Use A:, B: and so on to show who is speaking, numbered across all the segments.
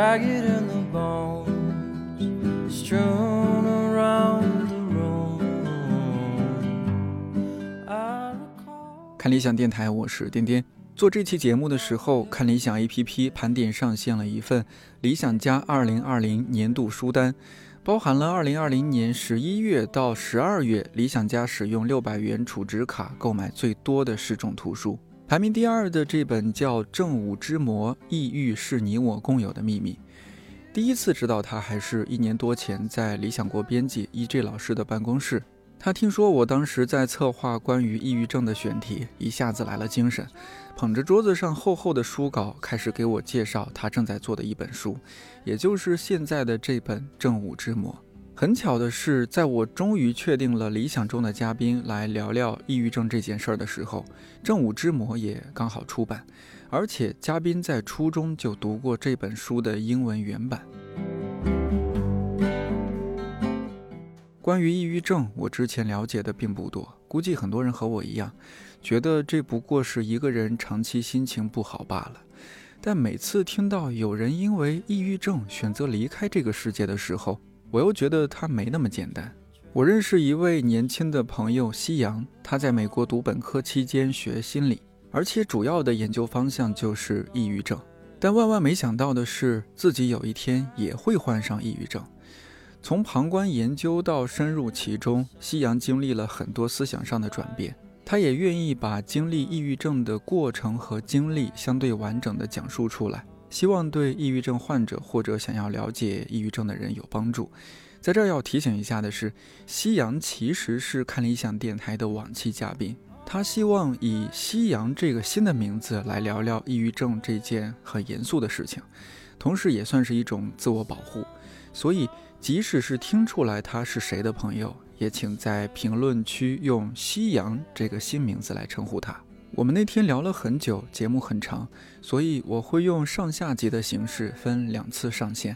A: ragged in the bones strewn around the room. I recall
B: 看理想电台，我是颠颠。做这期节目的时候，看理想 APP 盘点上线了一份理想家2020年度书单，包含了2020年11月到12月理想家使用600元储值卡购买最多的10种图书。排名第2的这本叫《正午之魔：抑郁是你我共有的秘密》。第一次知道它还是1年多前在理想国编辑 EJ 老师的办公室，他听说我当时在策划关于抑郁症的选题，一下子来了精神，捧着桌子上厚厚的书稿，开始给我介绍他正在做的一本书，也就是现在的这本《正午之魔》。很巧的是，在我终于确定了理想中的嘉宾来聊聊抑郁症这件事儿的时候，《正午之魔》也刚好出版，而且嘉宾在初中就读过这本书的英文原版。关于抑郁症，我之前了解的并不多，估计很多人和我一样，觉得这不过是一个人长期心情不好罢了。但每次听到有人因为抑郁症选择离开这个世界的时候，我又觉得他没那么简单。我认识一位年轻的朋友西洋，他在美国读本科期间学心理，而且主要的研究方向就是抑郁症。但万万没想到的是，自己有一天也会患上抑郁症。从旁观研究到深入其中，西洋经历了很多思想上的转变，他也愿意把经历抑郁症的过程和经历相对完整地讲述出来，希望对抑郁症患者或者想要了解抑郁症的人有帮助。在这儿要提醒一下的是，西洋其实是看理想电台的往期嘉宾，他希望以西洋这个新的名字来聊聊抑郁症这件很严肃的事情，同时也算是一种自我保护。所以即使是听出来他是谁的朋友，也请在评论区用西洋这个新名字来称呼他。我们那天聊了很久，节目很长，所以我会用上下集的形式分2次上线。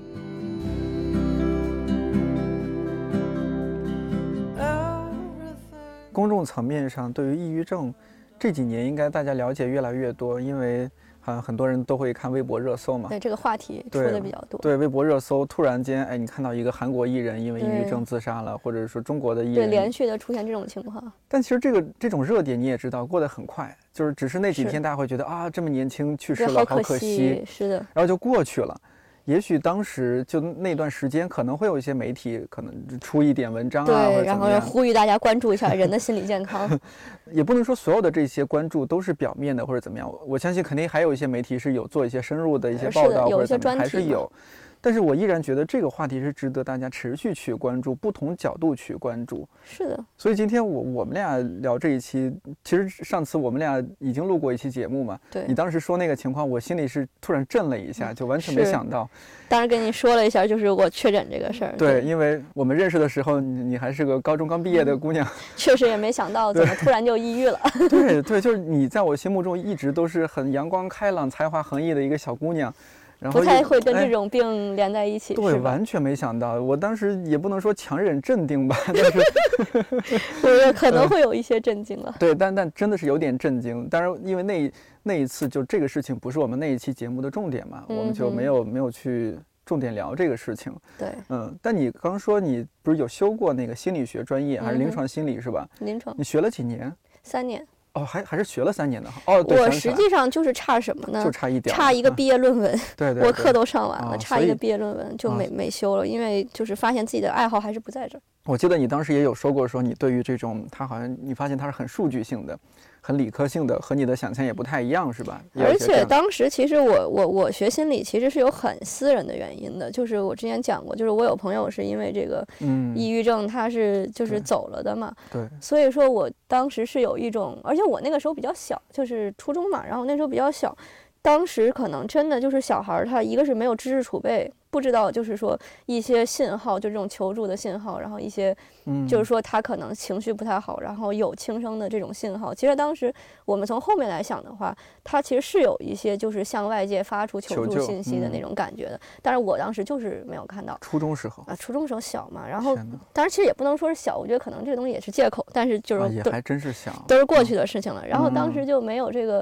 B: 公众层面上，对于抑郁症这几年应该大家了解越来越多，因为很多人都会看微博热搜嘛，
C: 对这个话题说的比较多。
B: 对微博热搜，突然间，你看到一个韩国艺人因为抑郁症自杀了，或者说中国的艺人，
C: 对连续的出现这种情况。
B: 但其实这种热点你也知道，过得很快，就是只是那几天大家会觉得啊，这么年轻去世了，好可惜，
C: 是的，
B: 然后就过去了。也许当时就那段时间，可能会有一些媒体可能出一点文章啊，
C: 对，然后呼吁大家关注一下人的心理健康。
B: 也不能说所有的这些关注都是表面的或者怎么样，我相信肯定还有一些媒体是有做一些深入的一些报道，
C: 有一些专题
B: 还是有。但是我依然觉得这个话题是值得大家持续去关注，不同角度去关注。
C: 是的。
B: 所以今天我们俩聊这一期，其实上次我们俩已经录过一期节目嘛。
C: 对。
B: 你当时说那个情况，我心里是突然震了一下，就完全没想到。
C: 当时跟你说了一下，就是我确诊这个事儿。
B: 对，因为我们认识的时候，你还是个高中刚毕业的姑娘。
C: 确实也没想到，怎么突然就抑郁了。
B: 对，就是你在我心目中一直都是很阳光开朗、才华横溢的一个小姑娘。然后
C: 不太会跟这种病连在一起，
B: 对，完全没想到。我当时也不能说强忍镇定吧，但是
C: 我可能会有一些震惊了。
B: 对，但真的是有点震惊。当然，因为那一次就这个事情不是我们那一期节目的重点嘛，我们就没有去重点聊这个事情。
C: 对，
B: 但你刚说你不是有修过那个心理学专业，还是临床心理是吧？
C: 临床。
B: 你学了几年
C: ？3年。
B: 哦，还是学了3年的哦。对，
C: 我实际上就是差什么呢？
B: 就差一点，
C: 差一个毕业论文。
B: 对，
C: 我课都上完了，差一个毕业论文就没修了，因为就是发现自己的爱好还是不在这儿。
B: 我记得你当时也有说过，说你对于这种他好像你发现他是很数据性的、很理科性的，和你的想象也不太一样，是吧？
C: 而且当时其实我学心理其实是有很私人的原因的，就是我之前讲过，就是我有朋友是因为这个抑郁症，他是就是走了的嘛。
B: 对。
C: 所以说我当时是有一种，而且我那个时候比较小，就是初中嘛，然后那时候比较小，当时可能真的就是小孩他一个是没有知识储备。不知道就是说一些信号，就这种求助的信号，然后一些就是说他可能情绪不太好，然后有轻生的这种信号。其实当时我们从后面来想的话，他其实是有一些就是向外界发出求助信息的那种感觉的，但是我当时就是没有看到。
B: 初中时候
C: 啊，初中时候小嘛，然后当然其实也不能说是小，我觉得可能这个东西也是借口，但是就是
B: 也还真是小，
C: 都是过去的事情了。然后当时就没有这个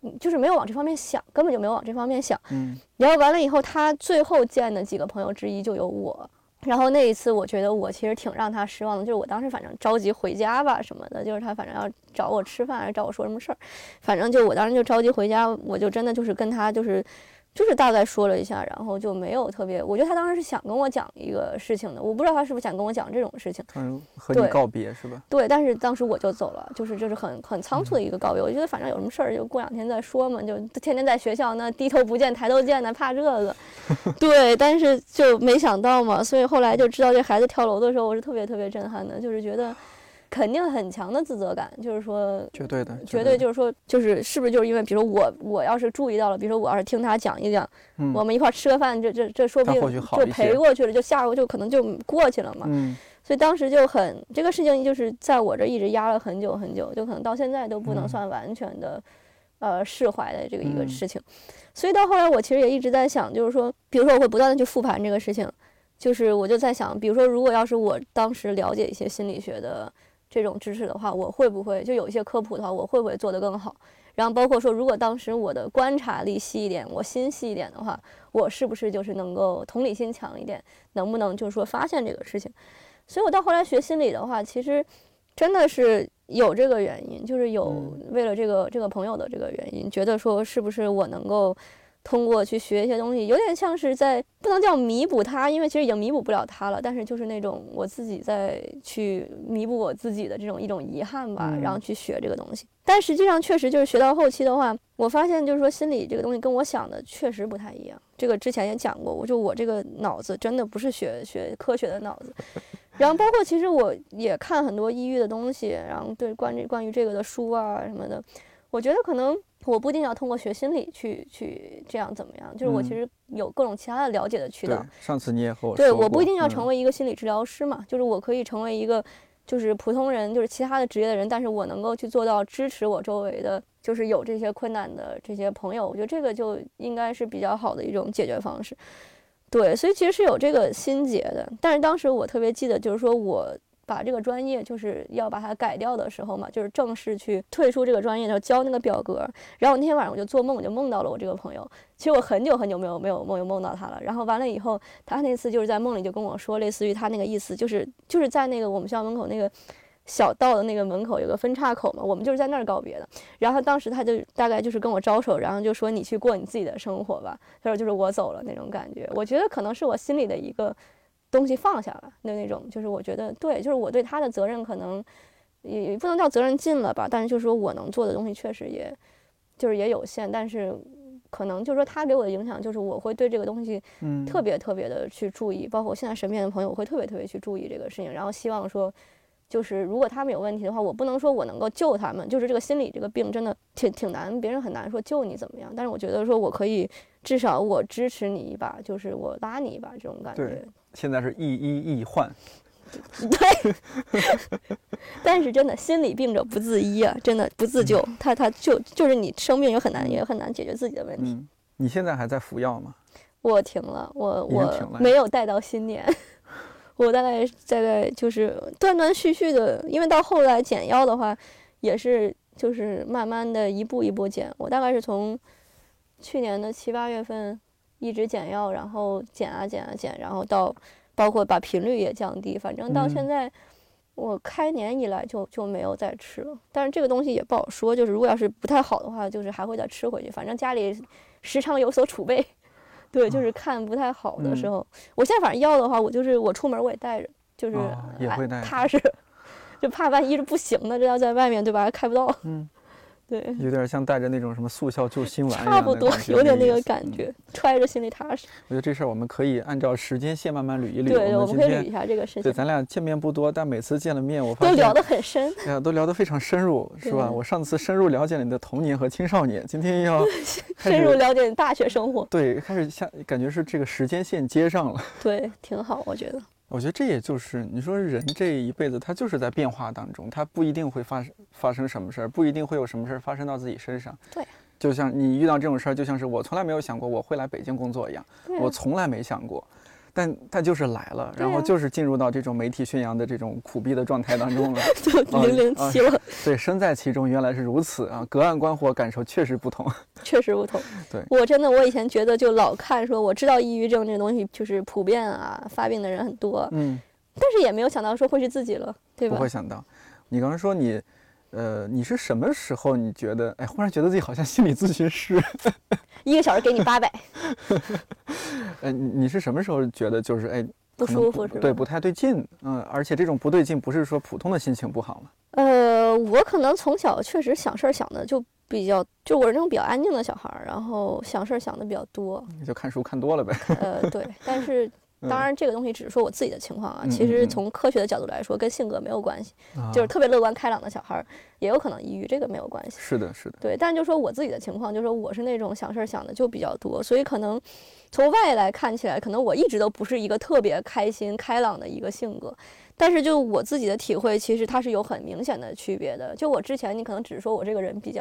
C: 就是没有往这方面想，根本就没有往这方面想。
B: 嗯
C: 然后完了以后，他最后见的几个朋友之一就有我。然后那一次，我觉得我其实挺让他失望的，就是我当时反正着急回家吧什么的，就是他反正要找我吃饭，还是找我说什么事儿，反正就我当时就着急回家，我就真的就是跟他就是大概说了一下，然后就没有特别，我觉得他当时是想跟我讲一个事情的，我不知道他是不是想跟我讲这种事情，
B: 和你告别是吧？
C: 对，但是当时我就走了，就是很仓促的一个告别。我觉得反正有什么事儿就过2天再说嘛，就天天在学校那低头不见抬头见的，怕这个。对，但是就没想到嘛，所以后来就知道这孩子跳楼的时候，我是特别特别震撼的，就是觉得。肯定很强的自责感，就是说，
B: 绝对的，
C: 绝对就是说，是不是就是因为，比如说我要是注意到了，比如说我要是听他讲一讲，我们一块吃个饭，这说不定就陪过去了，就下回就可能就过去了嘛。所以当时就这个事情就是在我这一直压了很久很久，就可能到现在都不能算完全的释怀的这个一个事情。所以到后来我其实也一直在想，就是说，比如说我会不断的去复盘这个事情，就是我就在想，比如说如果要是我当时了解一些心理学的这种知识的话，我会不会就有一些科普的话，我会不会做得更好？然后包括说，如果当时我的观察力细一点，我心细一点的话，我是不是就是能够同理心强一点，能不能就是说发现这个事情？所以我到后来学心理的话，其实真的是有这个原因，就是有为了这个朋友的这个原因，觉得说是不是我能够通过去学一些东西，有点像是在不能叫弥补他，因为其实已经弥补不了他了，但是就是那种我自己在去弥补我自己的一种遗憾吧，然后去学这个东西。但实际上确实就是学到后期的话，我发现就是说心理这个东西跟我想的确实不太一样。这个之前也讲过，我这个脑子真的不是学科学的脑子。然后包括其实我也看很多抑郁的东西，然后对关于这个的书啊什么的，我觉得可能我不一定要通过学心理去这样怎么样，就是我其实有各种其他的了解的渠道。
B: 上次你也和我说过，
C: 对，我不一定要成为一个心理治疗师嘛，就是我可以成为一个就是普通人，就是其他的职业的人，但是我能够去做到支持我周围的就是有这些困难的这些朋友，我觉得这个就应该是比较好的一种解决方式。对，所以其实是有这个心结的，但是当时我特别记得，就是说我把这个专业就是要把它改掉的时候嘛，就是正式去退出这个专业的时候交那个表格，然后那天晚上我就做梦，我就梦到了我这个朋友。其实我很久很久没有梦到他了。然后完了以后，他那次就是在梦里就跟我说，类似于他那个意思，就是在那个我们学校门口那个小道的那个门口有个分岔口嘛，我们就是在那儿告别的。然后当时他就大概就是跟我招手，然后就说你去过你自己的生活吧。他说就是我走了那种感觉。我觉得可能是我心里的一个东西放下了那种，就是我觉得对，就是我对他的责任可能也不能叫责任尽了吧，但是就是说我能做的东西确实也有限，但是可能就是说他给我的影响就是我会对这个东西特别特别的去注意，包括我现在身边的朋友我会特别特别去注意这个事情，然后希望说就是如果他们有问题的话，我不能说我能够救他们，就是这个心理这个病真的挺难，别人很难说救你怎么样，但是我觉得说我可以至少我支持你一把，就是我拉你一把这种感觉。
B: 对，现在是易医易患。
C: 对，但是真的心理病者不自医啊，真的不自救，他就是你生病也很难解决自己的问题。
B: 你现在还在服药吗？
C: 我停了，我没有带到新年。我大概就是断断续续的，因为到后来减药的话，也是就是慢慢的一步一步减。我大概是从去年的7、8月份一直减药，然后减，然后到包括把频率也降低，反正到现在我开年以来就没有再吃了。但是这个东西也不好说，就是如果要是不太好的话，就是还会再吃回去。反正家里时常有所储备。对，就是看不太好的时候，我现在反正药的话，我出门我也带着，就是
B: 也会带着，
C: 踏实，就怕万一是不行的，这要在外面对吧，还开不到。对，
B: 有点像带着那种什么速效救心丸一样，
C: 差不多有点那个感觉，揣着心里踏实。
B: 我觉得这事儿我们可以按照时间线慢慢捋一捋。
C: 对，我们可以捋一下这个事情。
B: 对，咱俩见面不多，但每次见了面，我发现
C: 都聊得很深。
B: 哎呀，都聊得非常深入，是吧？我上次深入了解了你的童年和青少年，今天要
C: 深入了解你大学生活。
B: 对，开始感觉是这个时间线接上了。
C: 对，挺好，我觉得。
B: 我觉得这也就是你说人这一辈子，他就是在变化当中，他不一定会发生什么事儿，不一定会有什么事儿发生到自己身上。
C: 对，
B: 就像你遇到这种事儿，就像是我从来没有想过我会来北京工作一样，我从来没想过。 但他就是来了，然后就是进入到这种媒体宣扬的这种苦逼的状态当中了，
C: 就007了。
B: 对，身在其中原来是如此啊，隔岸观火，感受确实不同。
C: 确实不同。
B: 对，
C: 我以前觉得就老看说我知道抑郁症这个东西就是普遍啊，发病的人很多，但是也没有想到说会是自己了，对吧？
B: 不会想到。你刚刚说你是什么时候你觉得忽然觉得自己好像心理咨询师
C: 1个小时给你800。
B: 你是什么时候觉得就是
C: 不舒服是吧？
B: 对，不太对劲，而且这种不对劲不是说普通的心情不好了。
C: 我可能从小确实想事儿想的就比较，就我是那种比较安静的小孩儿，然后想事儿想的比较多。
B: 你就看书看多了呗。
C: 对，但是当然这个东西只是说我自己的情况啊，其实从科学的角度来说，跟性格没有关系。就是特别乐观开朗的小孩儿也有可能抑郁，这个没有关系。
B: 是的，是的。
C: 对，但就说我自己的情况，就说我是那种想事儿想的就比较多，所以可能从外来看起来，可能我一直都不是一个特别开心开朗的一个性格。但是就我自己的体会，其实它是有很明显的区别的。就我之前你可能只说我这个人比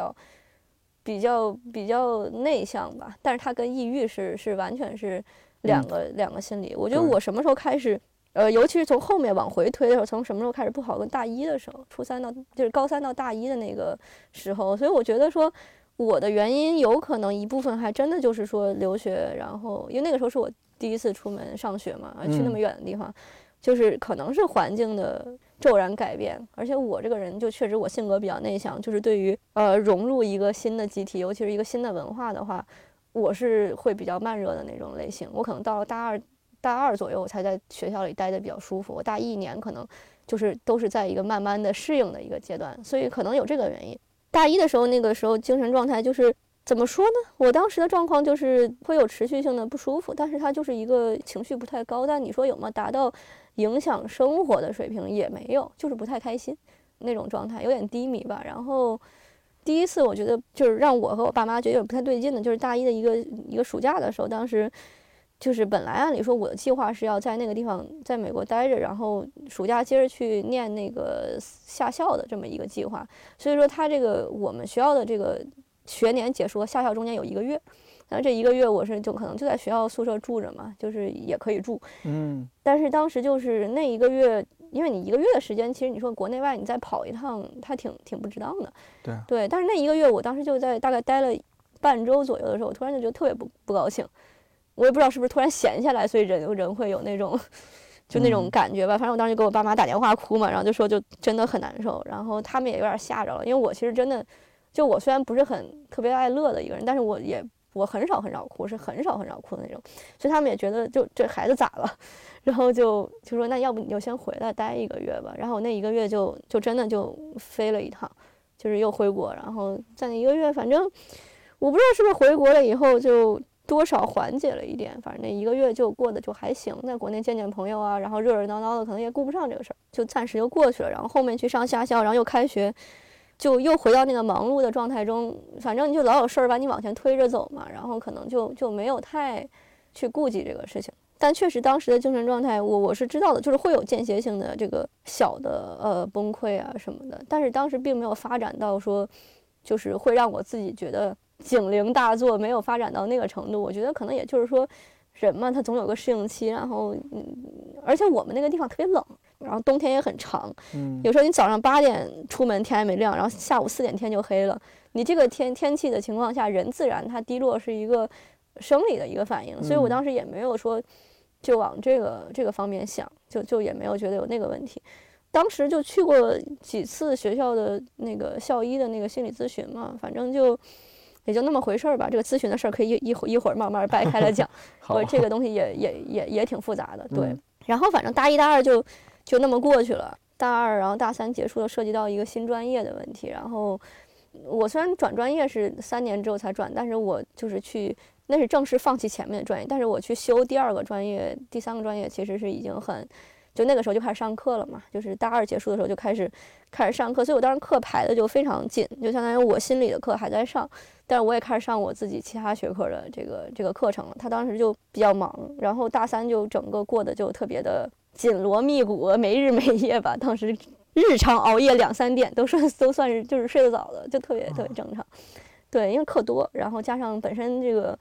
C: 较内向吧，但是它跟抑郁是完全是两个心理。我觉得我什么时候开始，尤其是从后面往回推的时候，从什么时候开始不好？跟大一的时候，就是高三到大一的那个时候。所以我觉得说我的原因有可能一部分还真的就是说留学，然后因为那个时候是我第一次出门上学嘛，去那么远的地方。就是可能是环境的骤然改变，而且我这个人就确实我性格比较内向，就是对于融入一个新的集体，尤其是一个新的文化的话，我是会比较慢热的那种类型。我可能到了大二左右，我才在学校里待得比较舒服。我大1年可能就是都是在一个慢慢的适应的一个阶段，所以可能有这个原因。大一的时候，那个时候精神状态就是怎么说呢？我当时的状况就是会有持续性的不舒服，但是它就是一个情绪不太高，但你说有没有达到影响生活的水平也没有，就是不太开心那种状态，有点低迷吧。然后第一次我觉得就是让我和我爸妈觉得有点不太对劲的，就是大一的一个暑假的时候，当时就是本来按理说我的计划是要在那个地方在美国待着，然后暑假接着去念那个夏校的这么一个计划。所以说他这个我们学校的这个学年结束，夏校中间有1个月。然后这1个月我是就可能就在学校宿舍住着嘛，就是也可以住，但是当时就是那1个月，因为你1个月的时间，其实你说国内外你再跑一趟，它挺不值当的，对。但是那1个月，我当时就在大概待了半周左右的时候，我突然就觉得特别不高兴，我也不知道是不是突然闲下来，所以人会有那种就那种感觉吧。反正我当时就给我爸妈打电话哭嘛，然后就说就真的很难受，然后他们也有点吓着了，因为我其实真的就我虽然不是很特别爱乐的一个人，但是我很少哭，是很少哭的那种，所以他们也觉得就这孩子咋了，然后就说那要不你就先回来待1个月吧。然后我那1个月就真的就飞了一趟，就是又回国，然后在那1个月，反正我不知道是不是回国了以后就多少缓解了一点，反正那1个月就过得就还行，在国内见朋友啊，然后热闹的可能也顾不上这个事儿，就暂时就过去了。然后后面去上夏校，然后又开学。就又回到那个忙碌的状态中，反正你就老有事儿把你往前推着走嘛，然后可能就没有太去顾及这个事情。但确实当时的精神状态我是知道的，就是会有间歇性的这个小的崩溃啊什么的，但是当时并没有发展到说就是会让我自己觉得警铃大作，没有发展到那个程度。我觉得可能也就是说人嘛，他总有个适应期，然后而且我们那个地方特别冷，然后冬天也很长，有时候你早上8点出门天还没亮，然后下午4点天就黑了。你这个天气的情况下，人自然它低落是一个生理的一个反应，所以我当时也没有说就往这个方面想，就也没有觉得有那个问题。当时就去过几次学校的那个校医的那个心理咨询嘛，反正就也就那么回事儿吧。这个咨询的事儿可以一会儿慢慢掰开了讲，这个东西也挺复杂的，对。然后反正大1大2就那么过去了，大2然后大3结束了，涉及到一个新专业的问题。然后我虽然转专业是3年之后才转，但是我就是那是正式放弃前面的专业，但是我去修第2个专业、第3个专业，其实是已经就那个时候就开始上课了嘛，就是大2结束的时候就开始上课，所以我当时课排的就非常紧，就相当于我心理的课还在上，但是我也开始上我自己其他学科的这个课程了。他当时就比较忙，然后大3就整个过得就特别的紧锣密鼓，没日没夜吧。当时日常熬夜2、3点都算是就是睡得早的，就特别正常。对，因为课多，然后加上本身这个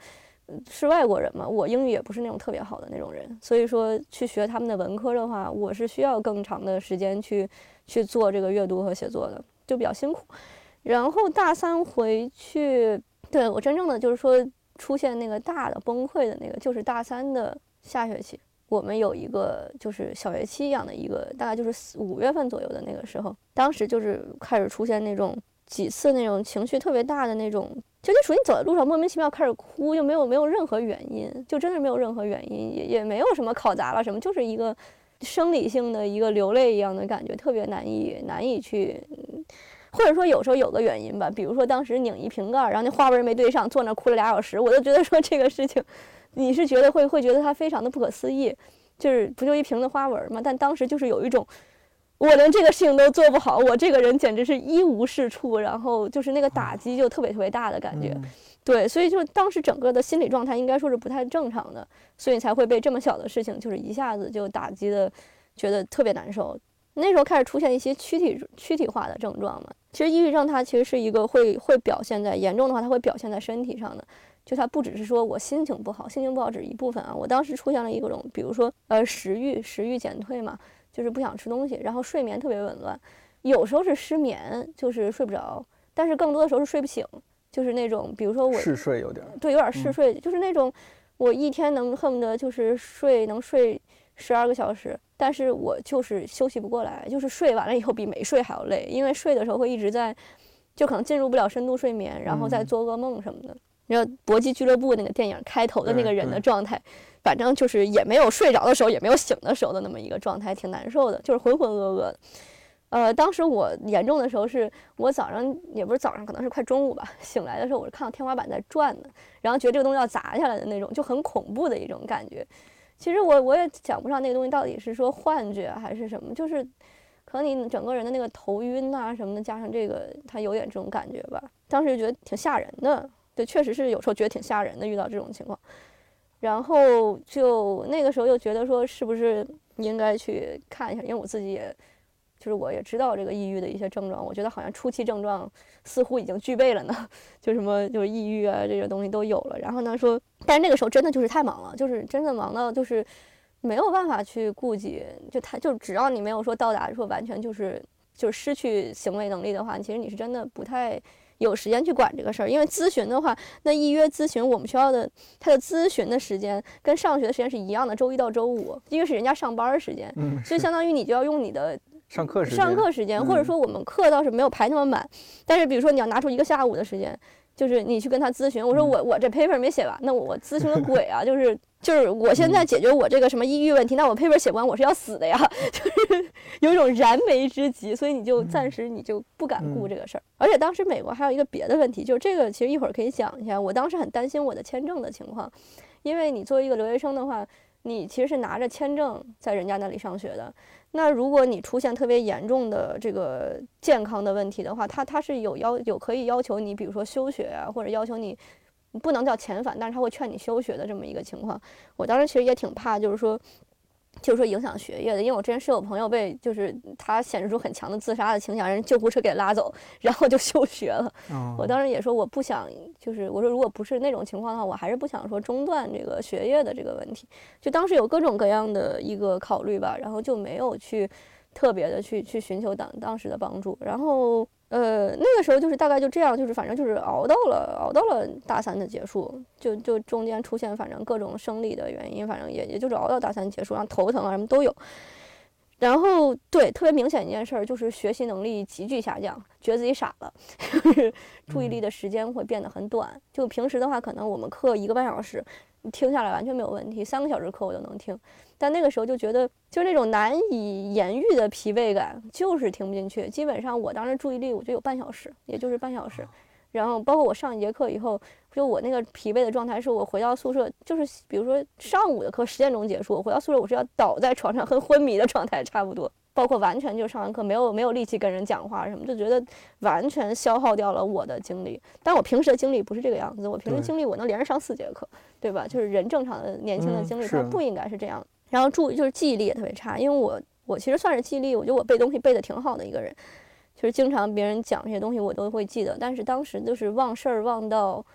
C: 是外国人嘛，我英语也不是那种特别好的那种人，所以说去学他们的文科的话，我是需要更长的时间去做这个阅读和写作的，就比较辛苦。然后大三回去，对我真正的就是说出现那个大的崩溃的那个，就是大三的下学期，我们有一个就是小学期一样的一个，大概就是5月份左右的那个时候，当时就是开始出现那种几次那种情绪特别大的那种，就属于你走在路上莫名其妙开始哭，就没有任何原因，就真的没有任何原因，也没有什么考砸了什么，就是一个生理性的一个流泪一样的感觉，特别难以去。或者说有时候有个原因吧，比如说当时拧一瓶盖，然后那花纹没对上，坐那哭了2小时，我就觉得说这个事情，你是觉得会觉得它非常的不可思议，就是不就一瓶的花纹嘛？但当时就是有一种，我连这个事情都做不好，我这个人简直是一无是处，然后就是那个打击就特别大的感觉。对，所以就当时整个的心理状态应该说是不太正常的，所以才会被这么小的事情就是一下子就打击的，觉得特别难受。那时候开始出现一些躯体化的症状嘛。其实抑郁症它其实是一个会表现在严重的话，它会表现在身体上的。就它不只是说我心情不好，心情不好只是一部分啊。我当时出现了一种，比如说食欲减退嘛，就是不想吃东西，然后睡眠特别紊乱，有时候是失眠，就是睡不着，但是更多的时候是睡不醒，就是那种比如说我
B: 嗜睡有点，
C: 对，有点嗜睡，就是那种我一天能恨不得就是能睡12个小时，但是我就是休息不过来，就是睡完了以后比没睡还要累，因为睡的时候会一直在，就可能进入不了深度睡眠，然后再做噩梦什么的。然后搏击俱乐部那个电影开头的那个人的状态，反正就是也没有睡着的时候，也没有醒的时候的那么一个状态，挺难受的，就是浑浑噩噩的。当时我严重的时候是我早上也不是早上，可能是快中午吧，醒来的时候我是看到天花板在转的，然后觉得这个东西要砸下来的那种，就很恐怖的一种感觉。其实我也讲不上那个东西到底是说幻觉还是什么，就是可能你整个人的那个头晕啊什么的，加上这个它有点这种感觉吧。当时就觉得挺吓人的，对，确实是有时候觉得挺吓人的，遇到这种情况。然后就那个时候又觉得说是不是应该去看一下，因为我自己也就是我也知道这个抑郁的一些症状，我觉得好像初期症状似乎已经具备了呢，就什么就是抑郁啊这些东西都有了。然后呢说，但是那个时候真的就是太忙了，就是真的忙到就是没有办法去顾及，就只要你没有说到达说完全就是失去行为能力的话，其实你是真的不太有时间去管这个事儿。因为咨询的话，那预约咨询我们学校的他的咨询的时间跟上学的时间是一样的，周一到周五，因为是人家上班时间，所以相当于你就要用你的
B: 上课时间，
C: 或者说我们课倒是没有排那么满，但是比如说你要拿出1个下午的时间，就是你去跟他咨询，我说我这 paper 没写完，那我咨询个鬼啊，就是我现在解决我这个什么抑郁问题，那我 paper 写不完我是要死的呀，就是有一种燃眉之急，所以你就暂时你就不敢顾这个事儿。而且当时美国还有一个别的问题，就是这个其实一会儿可以讲一下，我当时很担心我的签证的情况，因为你作为一个留学生的话，你其实是拿着签证在人家那里上学的。那如果你出现特别严重的这个健康的问题的话，他是有可以要求你，比如说休学啊，或者要求你不能叫遣返，但是他会劝你休学的这么一个情况。我当时其实也挺怕，就是说影响学业的，因为我之前是有朋友被就是他显示出很强的自杀的倾向，人救护车给拉走，然后就休学了。我当时也说我不想，就是我说如果不是那种情况的话，我还是不想说中断这个学业的这个问题。就当时有各种各样的一个考虑吧，然后就没有去特别的去寻求当时的帮助。然后那个时候就是大概就这样，就是反正就是熬到了大三的结束，就中间出现反正各种生理的原因，反正也就是熬到大三结束，然后头疼啊什么都有。然后对，特别明显一件事就是学习能力急剧下降，觉得自己傻了，注意力的时间会变得很短。就平时的话，可能我们课1个半小时听下来完全没有问题，3个小时课我都能听。但那个时候就觉得，就是那种难以言喻的疲惫感，就是听不进去。基本上我当时注意力，我觉得有半小时，也就是半小时。然后包括我上1节课以后，就我那个疲惫的状态，是我回到宿舍，就是比如说上午的课10点钟结束，我回到宿舍我是要倒在床上，和昏迷的状态差不多。包括完全就上完课没有力气跟人讲话什么，就觉得完全消耗掉了我的精力。但我平时的精力不是这个样子，我平时精力我能连着上4节课，对吧？就是人正常的年轻的精力，它不应该是这样。然后就是记忆力也特别差，因为我其实算是记忆力，我觉得我背东西背得挺好的一个人，就是经常别人讲这些东西我都会记得，但是当时就是忘事儿忘到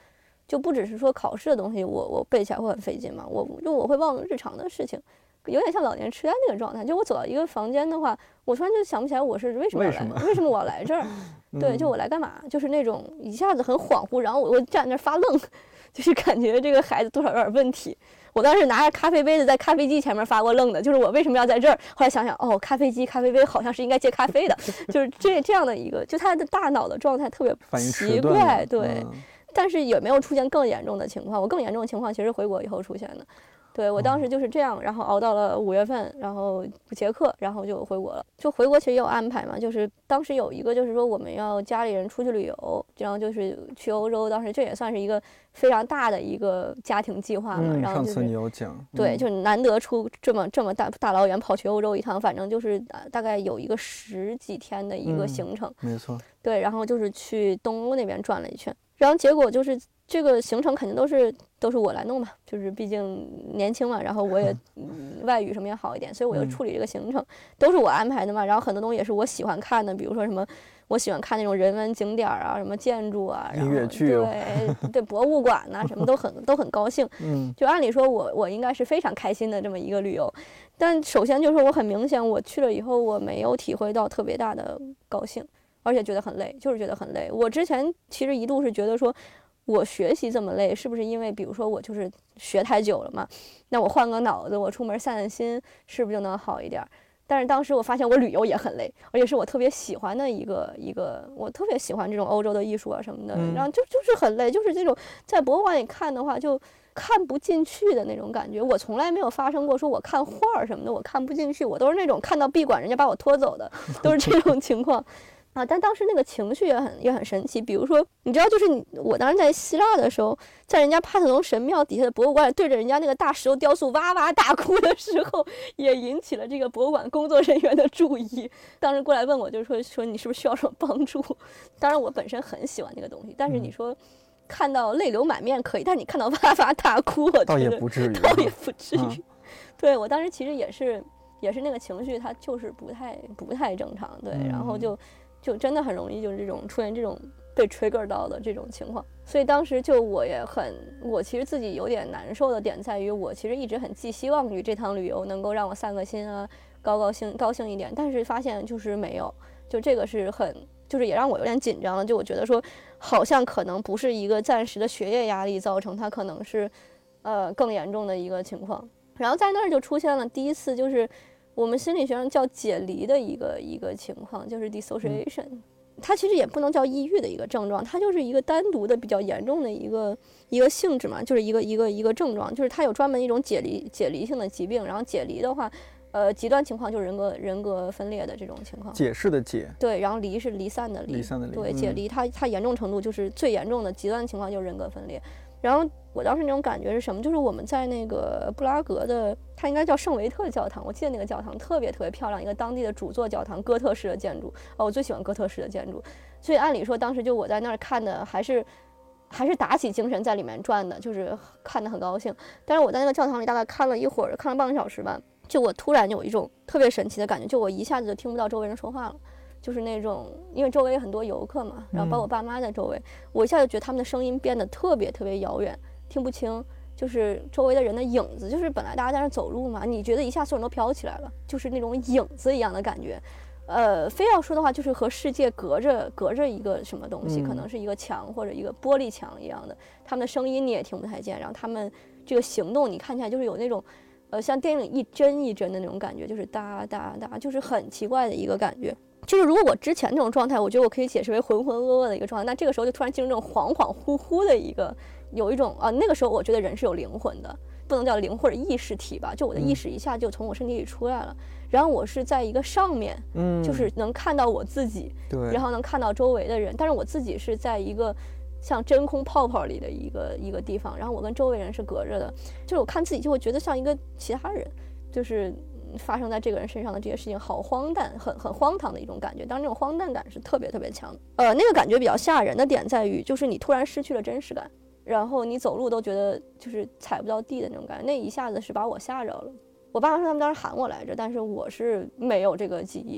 C: 就不只是说考试的东西我背起来会很费劲嘛，我会忘日常的事情，有点像老年痴呆那个状态。就我走到一个房间的话，我突然就想不起来我是为什么要来，为什么我要来这儿？对，就我来干嘛？就是那种一下子很恍惚，然后我站那儿发愣，就是感觉这个孩子多少有点问题。我当时拿着咖啡杯子在咖啡机前面发过愣的，就是我为什么要在这儿？后来想想，哦，咖啡机、咖啡杯好像是应该接咖啡的，就是这样的一个，就他的大脑的状态特别奇怪，对。但是也没有出现更严重的情况，我更严重的情况其实回国以后出现的。对，我当时就是这样，然后熬到了5月份，然后结课，然后就回国了。就回国其实也有安排嘛，就是当时有一个就是说我们要家里人出去旅游，然后就是去欧洲，当时这也算是一个非常大的一个家庭计划嘛。然后、就是、
B: 上次你有讲，
C: 对，就是难得出这么大老远跑去欧洲一趟，反正就是大概有一个10几天的一个行程。
B: 没错。
C: 对，然后就是去东欧那边转了一圈，然后结果就是这个行程肯定都是我来弄嘛，就是毕竟年轻嘛，然后我也外语什么也好一点，所以我就处理这个行程，都是我安排的嘛。然后很多东西也是我喜欢看的，比如说什么我喜欢看那种人文景点啊，什么建筑啊，
B: 音乐剧，
C: 对博物馆呐、什么都很高兴。就按理说我应该是非常开心的这么一个旅游，但首先就是我很明显我去了以后我没有体会到特别大的高兴，而且觉得很累，就是觉得很累。我之前其实一度是觉得说，我学习这么累，是不是因为比如说我就是学太久了嘛？那我换个脑子，我出门散散心，是不是就能好一点？但是当时我发现我旅游也很累，而且是我特别喜欢的一个，我特别喜欢这种欧洲的艺术啊什么的，然后就是很累，就是这种在博物馆里看的话就看不进去的那种感觉。我从来没有发生过说我看画什么的我看不进去，我都是那种看到闭馆人家把我拖走的，都是这种情况。啊，但当时那个情绪也很神奇。比如说，你知道，就是我当时在希腊的时候，在人家帕特农神庙底下的博物馆里，对着人家那个大石头雕塑哇哇大哭的时候，也引起了这个博物馆工作人员的注意。当时过来问我，就是说你是不是需要什么帮助？当然，我本身很喜欢那个东西，但是你说看到泪流满面可以，但是你看到哇哇大哭，我觉得
B: 倒也不至于。
C: 对，我当时其实也是那个情绪，它就是不太正常。对，然后就真的很容易就是这种出现这种被 trigger 到的这种情况，所以当时就我其实自己有点难受的点在于，我其实一直很寄希望于这趟旅游能够让我散个心啊，高兴一点，但是发现就是没有，就这个是就是也让我有点紧张了，就我觉得说好像可能不是一个暂时的学业压力造成，它可能是更严重的一个情况。然后在那儿就出现了第一次就是我们心理学上叫解离的一个情况，就是 dissociation。它其实也不能叫抑郁的一个症状，它就是一个单独的比较严重的一个性质嘛，就是一个症状，就是它有专门一种解离性的疾病。然后解离的话，极端情况就是人格分裂的这种情况。
B: 解释的解。
C: 对，然后离是离散的离。对，解离它严重程度就是最严重的极端情况就是人格分裂。然后我当时那种感觉是什么？就是我们在那个布拉格的，它应该叫圣维特教堂，我记得那个教堂特别漂亮，一个当地的主座教堂，哥特式的建筑。我最喜欢哥特式的建筑，所以按理说当时就我在那儿看的还是打起精神在里面转的，就是看得很高兴。但是我在那个教堂里大概看了一会儿，看了半个小时吧，就我突然有一种特别神奇的感觉，就我一下子就听不到周围人说话了。就是那种，因为周围有很多游客嘛，然后包括我爸妈在周围，我一下就觉得他们的声音变得特别遥远，听不清，就是周围的人的影子，就是本来大家在那走路嘛，你觉得一下所有人都飘起来了，就是那种影子一样的感觉。非要说的话，就是和世界隔着一个什么东西，可能是一个墙或者一个玻璃墙一样的，他们的声音你也听不太见，然后他们这个行动你看起来就是有那种像电影里一帧一帧的那种感觉，就是哒哒哒，就是很奇怪的一个感觉。就是如果我之前这种状态，我觉得我可以解释为浑浑噩噩的一个状态，那这个时候就突然进入这种恍恍惚惚的有一种那个时候我觉得人是有灵魂的，不能叫灵或者意识体吧，就我的意识一下就从我身体里出来了，然后我是在一个上面，就是能看到我自己，对，然后能看到周围的人，但是我自己是在一个像真空泡泡里的一个地方，然后我跟周围人是隔着的，就是我看自己就会觉得像一个其他人，就是发生在这个人身上的这些事情好荒诞，很荒唐的一种感觉，当然这种荒诞感是特别强的。那个感觉比较吓人的点在于，就是你突然失去了真实感，然后你走路都觉得就是踩不到地的那种感觉，那一下子是把我吓着了。我爸妈说他们当时喊我来着，但是我是没有这个记忆的。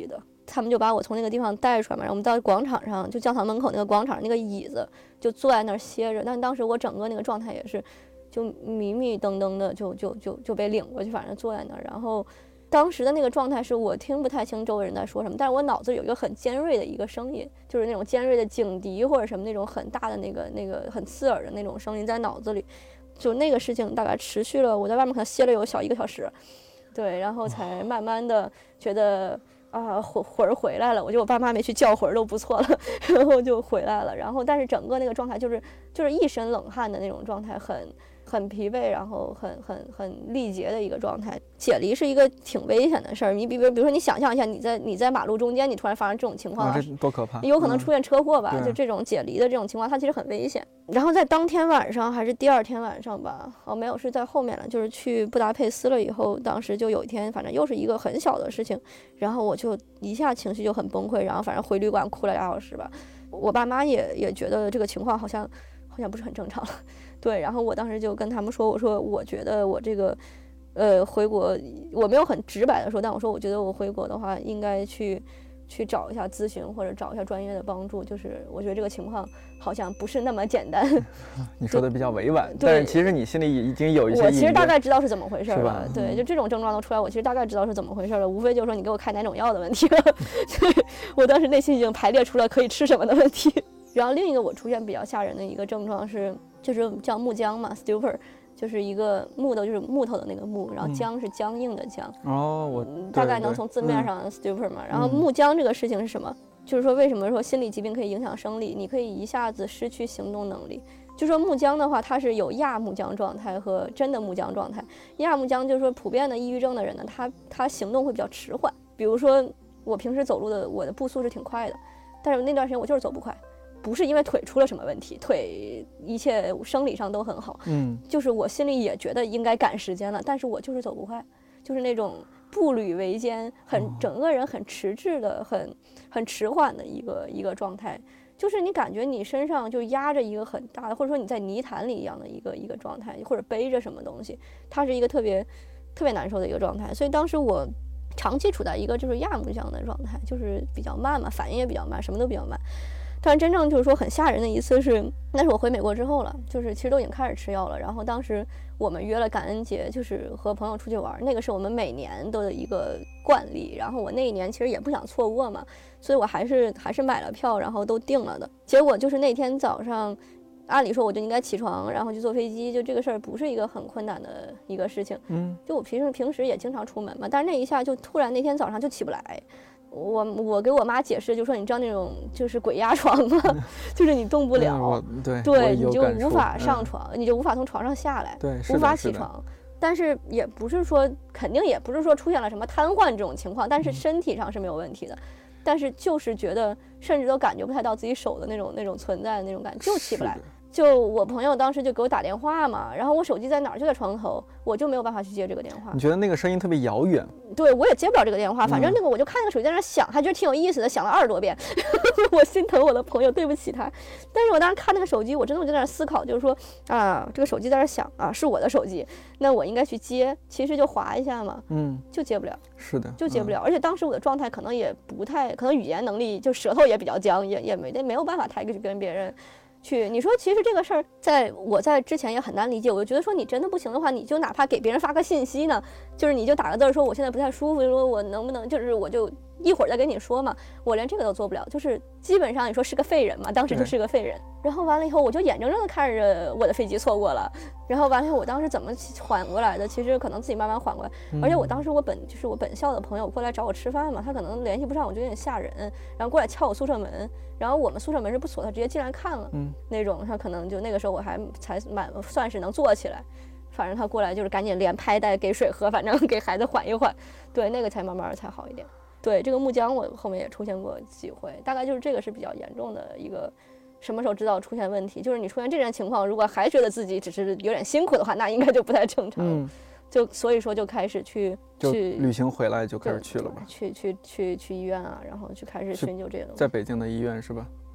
C: 他们就把我从那个地方带出来嘛，然后我们到广场上，就教堂门口那个广场那个椅子，就坐在那儿歇着。但当时我整个那个状态也是，就迷迷瞪瞪的，就被领过去，反正坐在那儿。然后当时的那个状态是我听不太清周围人在说什么，但是我脑子有一个很尖锐的一个声音，就是那种尖锐的警笛或者什么那种很大的那个很刺耳的那种声音在脑子里。就那个事情大概持续了，我在外面可能歇了有小1个小时，对，然后才慢慢的觉得啊魂儿回来了。我觉得我爸妈没去叫魂儿都不错了，然后就回来了。然后但是整个那个状态就是一身冷汗的那种状态，很疲惫，然后很力竭的一个状态。解离是一个挺危险的事儿，你比如说你想象一下，你在马路中间，你突然发生这种情况，
B: 这多可怕！
C: 有可能出现车祸吧？
B: 对
C: 就这种解离的这种情况，它其实很危险。然后在当天晚上还是第2天晚上吧，没有，是在后面了，就是去布达佩斯了以后，当时就有一天，反正又是一个很小的事情，然后我就一下情绪就很崩溃，然后反正回旅馆哭了2小时吧。我爸妈也觉得这个情况好像不是很正常了。对，然后我当时就跟他们说，我说我觉得我这个回国，我没有很直白的说，但我说我觉得我回国的话应该去找一下咨询或者找一下专业的帮助，就是我觉得这个情况好像不是那么简单。
B: 你说的比较委婉，
C: 对，
B: 但是其实你心里已经有一些，
C: 我其实大概知道是怎么回事了。对，
B: 嗯，
C: 就这种症状都出来，我其实大概知道是怎么回事了，无非就是说你给我开哪种药的问题了。对，我当时内心已经排列出了可以吃什么的问题。然后另一个我出现比较吓人的一个症状是，就是叫木僵嘛 ，stupor， 就是一个木头，就是木头的那个木，然后僵是僵硬的僵。
B: 我
C: 大概能从字面上 stupor 嘛。然后木僵这个事情是什么？就是说为什么说心理疾病可以影响生理？你可以一下子失去行动能力。就说木僵的话，它是有亚木僵状态和真的木僵状态。亚木僵就是说普遍的抑郁症的人呢，他行动会比较迟缓。比如说我平时走路的我的步速是挺快的，但是那段时间我就是走不快。不是因为腿出了什么问题，腿一切生理上都很好，就是我心里也觉得应该赶时间了，但是我就是走不快，就是那种步履维艰，整个人很迟滞的，很迟缓的一个状态，就是你感觉你身上就压着一个很大的，或者说你在泥潭里一样的一个状态，或者背着什么东西，它是一个特别难受的一个状态。所以当时我长期处在一个就是亚木僵的状态，就是比较慢嘛，反应也比较慢，什么都比较慢。但是真正就是说很吓人的一次是，那是我回美国之后了，就是其实都已经开始吃药了。然后当时我们约了感恩节，就是和朋友出去玩，那个是我们每年都的一个惯例。然后我那一年其实也不想错过嘛，所以我还是买了票，然后都定了的。结果就是那天早上，按理说我就应该起床，然后去坐飞机，就这个事儿不是一个很困难的一个事情。就我平时也经常出门嘛，但是那一下就突然那天早上就起不来。我给我妈解释，就说你知道那种就是鬼压床吗？就是你动不了，对，你就无法上床，你就无法从床上下来，
B: 对，
C: 无法起床。但是也不是说，肯定也不是说出现了什么瘫痪这种情况，但是身体上是没有问题的。但是就是觉得，甚至都感觉不太到自己手的那种存在的那种感觉，就起不来。就我朋友当时就给我打电话嘛，然后我手机在哪儿？就在床头，我就没有办法去接这个电话。
B: 你觉得那个声音特别遥远？
C: 对，我也接不了这个电话。反正那个我就看那个手机在那响，还觉得挺有意思的，响了20多遍。我心疼我的朋友，对不起他。但是我当时看那个手机，我真的就在那思考，就是说啊，这个手机在那响啊，是我的手机，那我应该去接。其实就划一下嘛，就接不了。
B: 是的，
C: 就接不了。而且当时我的状态可能也不太，可能语言能力就舌头也比较僵，也没有办法太去跟别人。你说其实这个事儿，我在之前也很难理解，我就觉得说你真的不行的话，你就哪怕给别人发个信息呢，就是你就打个字说我现在不太舒服，说我能不能就是我就一会儿再跟你说嘛，我连这个都做不了，就是基本上你说是个废人嘛，当时就是个废人。然后完了以后，我就眼睁睁的看着我的飞机错过了，然后完了以后，我当时怎么缓过来的？其实可能自己慢慢缓过来。而且我当时我本校的朋友过来找我吃饭嘛，他可能联系不上，我就有点吓人，然后过来敲我宿舍门，然后我们宿舍门是不锁，他直接进来看了，那种他可能就那个时候我才算是能坐起来。反正他过来就是赶紧连拍带给水喝，反正给孩子缓一缓，对，那个才慢慢才好一点。对，这个木僵我后面也出现过几回，大概就是这个是比较严重的一个。什么时候知道出现问题？就是你出现这种情况，如果还觉得自己只是有点辛苦的话，那应该就不太正常。就所以说就开始去
B: 旅行回来就开始去了吧？
C: 去医院啊，然后去开始寻求这些东西。
B: 在北京的医院是吧？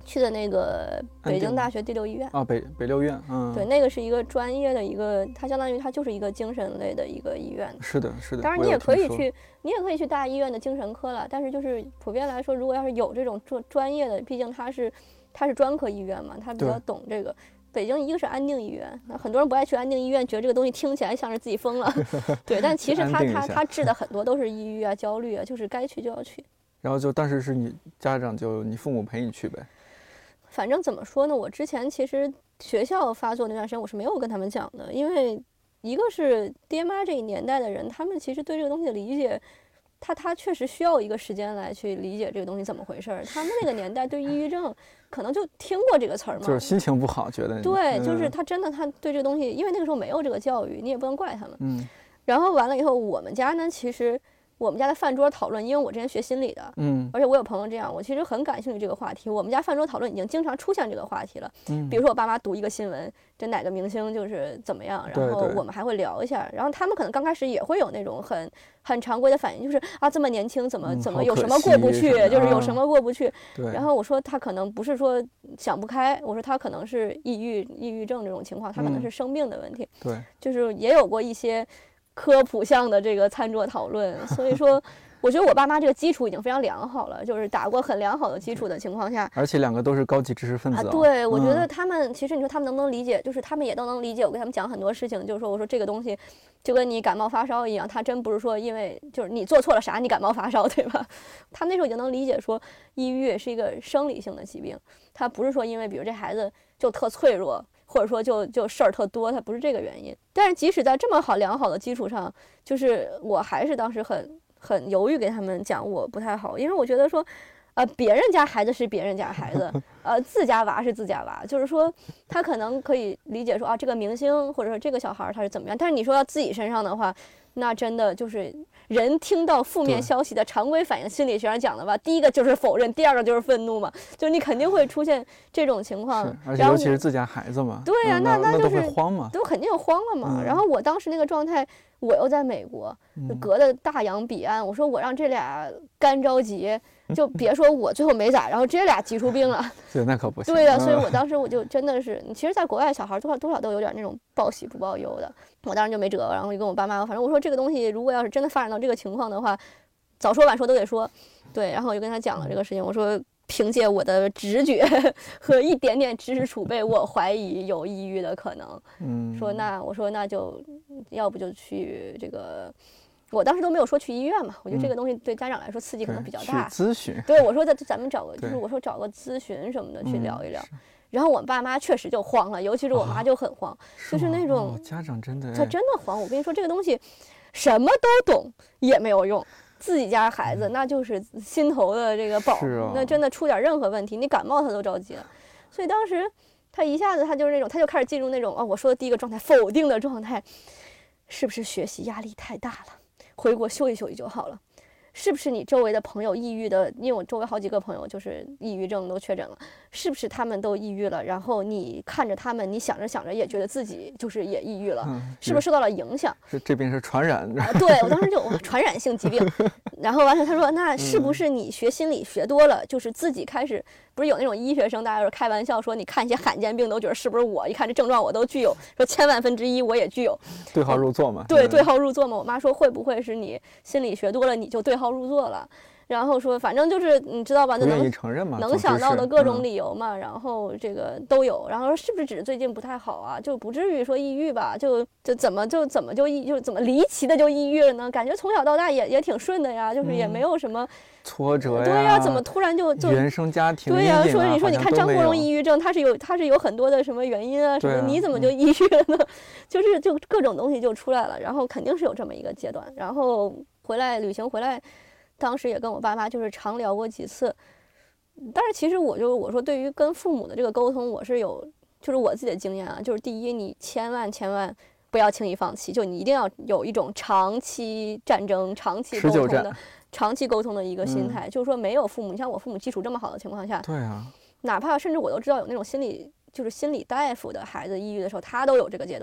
C: 去的那个北京大学第六医院。
B: 北六院，
C: 对，那个是一个专业的一个，它相当于它就是一个精神类的一个医院。
B: 是的，是的。
C: 当然你也可以去大医院的精神科了，但是就是普遍来说，如果要是有这种专业的，毕竟它是专科医院嘛，它比较懂这个。北京一个是安定医院，那很多人不爱去安定医院，觉得这个东西听起来像是自己疯了，对，但其实它治的很多都是抑郁啊、焦虑啊，就是该去就要去。
B: 然后当时是你家长你父母陪你去呗？
C: 反正怎么说呢，我之前其实学校发作那段时间我是没有跟他们讲的，因为一个是爹妈这一年代的人，他们其实对这个东西的理解。他确实需要一个时间来去理解这个东西怎么回事儿。他们那个年代对抑郁症可能就听过这个词儿嘛，
B: 就是心情不好，觉得
C: 对，就是他对这个东西，因为那个时候没有这个教育，你也不能怪他们。然后完了以后，我们家呢，其实我们家的饭桌讨论，因为我之前学心理的，而且我有朋友这样，我其实很感兴趣这个话题。我们家饭桌讨论已经经常出现这个话题了，比如说我爸妈读一个新闻，这哪个明星就是怎么样，然后我们还会聊一下，然后他们可能刚开始也会有那种很常规的反应，就是啊这么年轻怎么有什么过不去，就是有什么过不去。然后我说他可能不是说想不开，我说他可能是抑郁症这种情况，他可能是生病的问题。
B: 对，
C: 就是也有过一些科普项的这个餐桌讨论，所以说我觉得我爸妈这个基础已经非常良好了，就是打过很良好的基础的情况下，
B: 而且两个都是高级知识分子
C: 对，我觉得他们其实你说他们能不能理解，就是他们也都能理解。我跟他们讲很多事情，就是说我说这个东西就跟你感冒发烧一样，他真不是说因为就是你做错了啥你感冒发烧，对吧？他们那时候已经能理解说抑郁是一个生理性的疾病，他不是说因为比如这孩子就特脆弱。或者说就事儿特多，它不是这个原因。但是即使在这么良好的基础上，就是我还是当时很犹豫给他们讲我不太好，因为我觉得说，别人家孩子是别人家孩子，自家娃是自家娃，就是说他可能可以理解说啊这个明星或者说这个小孩他是怎么样，但是你说到自己身上的话，那真的就是人听到负面消息的常规反应，心理学上讲的吧，第一个就是否认，第二个就是愤怒嘛，就是你肯定会出现这种情况，
B: 而且尤其是自家孩子嘛，
C: 对呀，那就是
B: 都会慌嘛，
C: 都肯定慌了嘛。然后我当时那个状态，我又在美国，就隔的大洋彼岸，我说我让这俩干着急，就别说我最后没咋，然后这俩急出病了，
B: 对，那可不行。
C: 对呀，所以我当时我就真的是，其实在国外小孩多少都有点那种报喜不报忧的，我当时就没辙，然后就跟我爸妈，反正我说这个东西如果要是真的发展到这个情况的话，早说晚说都得说，对，然后我就跟他讲了这个事情，我说凭借我的直觉和一点点知识储备，我怀疑有抑郁的可能。我说那就要不就去这个，我当时都没有说去医院嘛，我觉得这个东西对家长来说刺激可能比较大。
B: 去咨询。
C: 对，我说咱们找个，就是我说找个咨询什么的去聊一聊。然后我爸妈确实就慌了，尤其是我妈就很慌，就是那种
B: 家长真的，
C: 他真的慌。我跟你说，这个东西什么都懂也没有用。自己家孩子那就是心头的这个宝，那真的出点任何问题，你感冒他都着急了。所以当时他一下子他就是那种，他就开始进入那种我说的第一个状态，否定的状态，是不是学习压力太大了？回国休息休息就好了。是不是你周围的朋友抑郁的？因为我周围好几个朋友就是抑郁症都确诊了，是不是他们都抑郁了？然后你看着他们，你想着想着也觉得自己就是也抑郁了，是不是受到了影响？
B: 这边是传染的。
C: 对，我当时就传染性疾病，然后完了他说那是不是你学心理学多了，就是自己开始不是有那种医学生大家说开玩笑说你看一些罕见病都觉得是不是我一看这症状我都具有，说千万分之一我也具有，
B: 对号入座嘛。
C: 对，对号入座嘛。我妈说会不会是你心理学多了你就对号入座了？然后说反正就是你知道吧，
B: 不愿意承认嘛，
C: 能想到的各种理由嘛，然后这个都有。然后说是不是只是最近不太好啊？就不至于说抑郁吧？就怎么离奇的就抑郁了呢？感觉从小到大也挺顺的呀，就是也没有什么
B: 挫折呀。
C: 对呀，怎么突然就
B: 原生家庭
C: 对呀？说你看张国荣抑郁症，他是有很多的什么原因啊什么？你怎么就抑郁了呢？就各种东西就出来了，然后肯定是有这么一个阶段。然后旅行回来。当时也跟我爸妈就是常聊过几次，但是其实我说对于跟父母的这个沟通，我是有就是我自己的经验啊，就是第一，你千万不要轻易放弃，就你一定要有一种长期战争、长期沟通的一个心态，就是说没有父母，你像我父母基础这么好的情况下，
B: 对啊，
C: 哪怕甚至我都知道有那种心理大夫的孩子抑郁的时候，他都有这个阶段。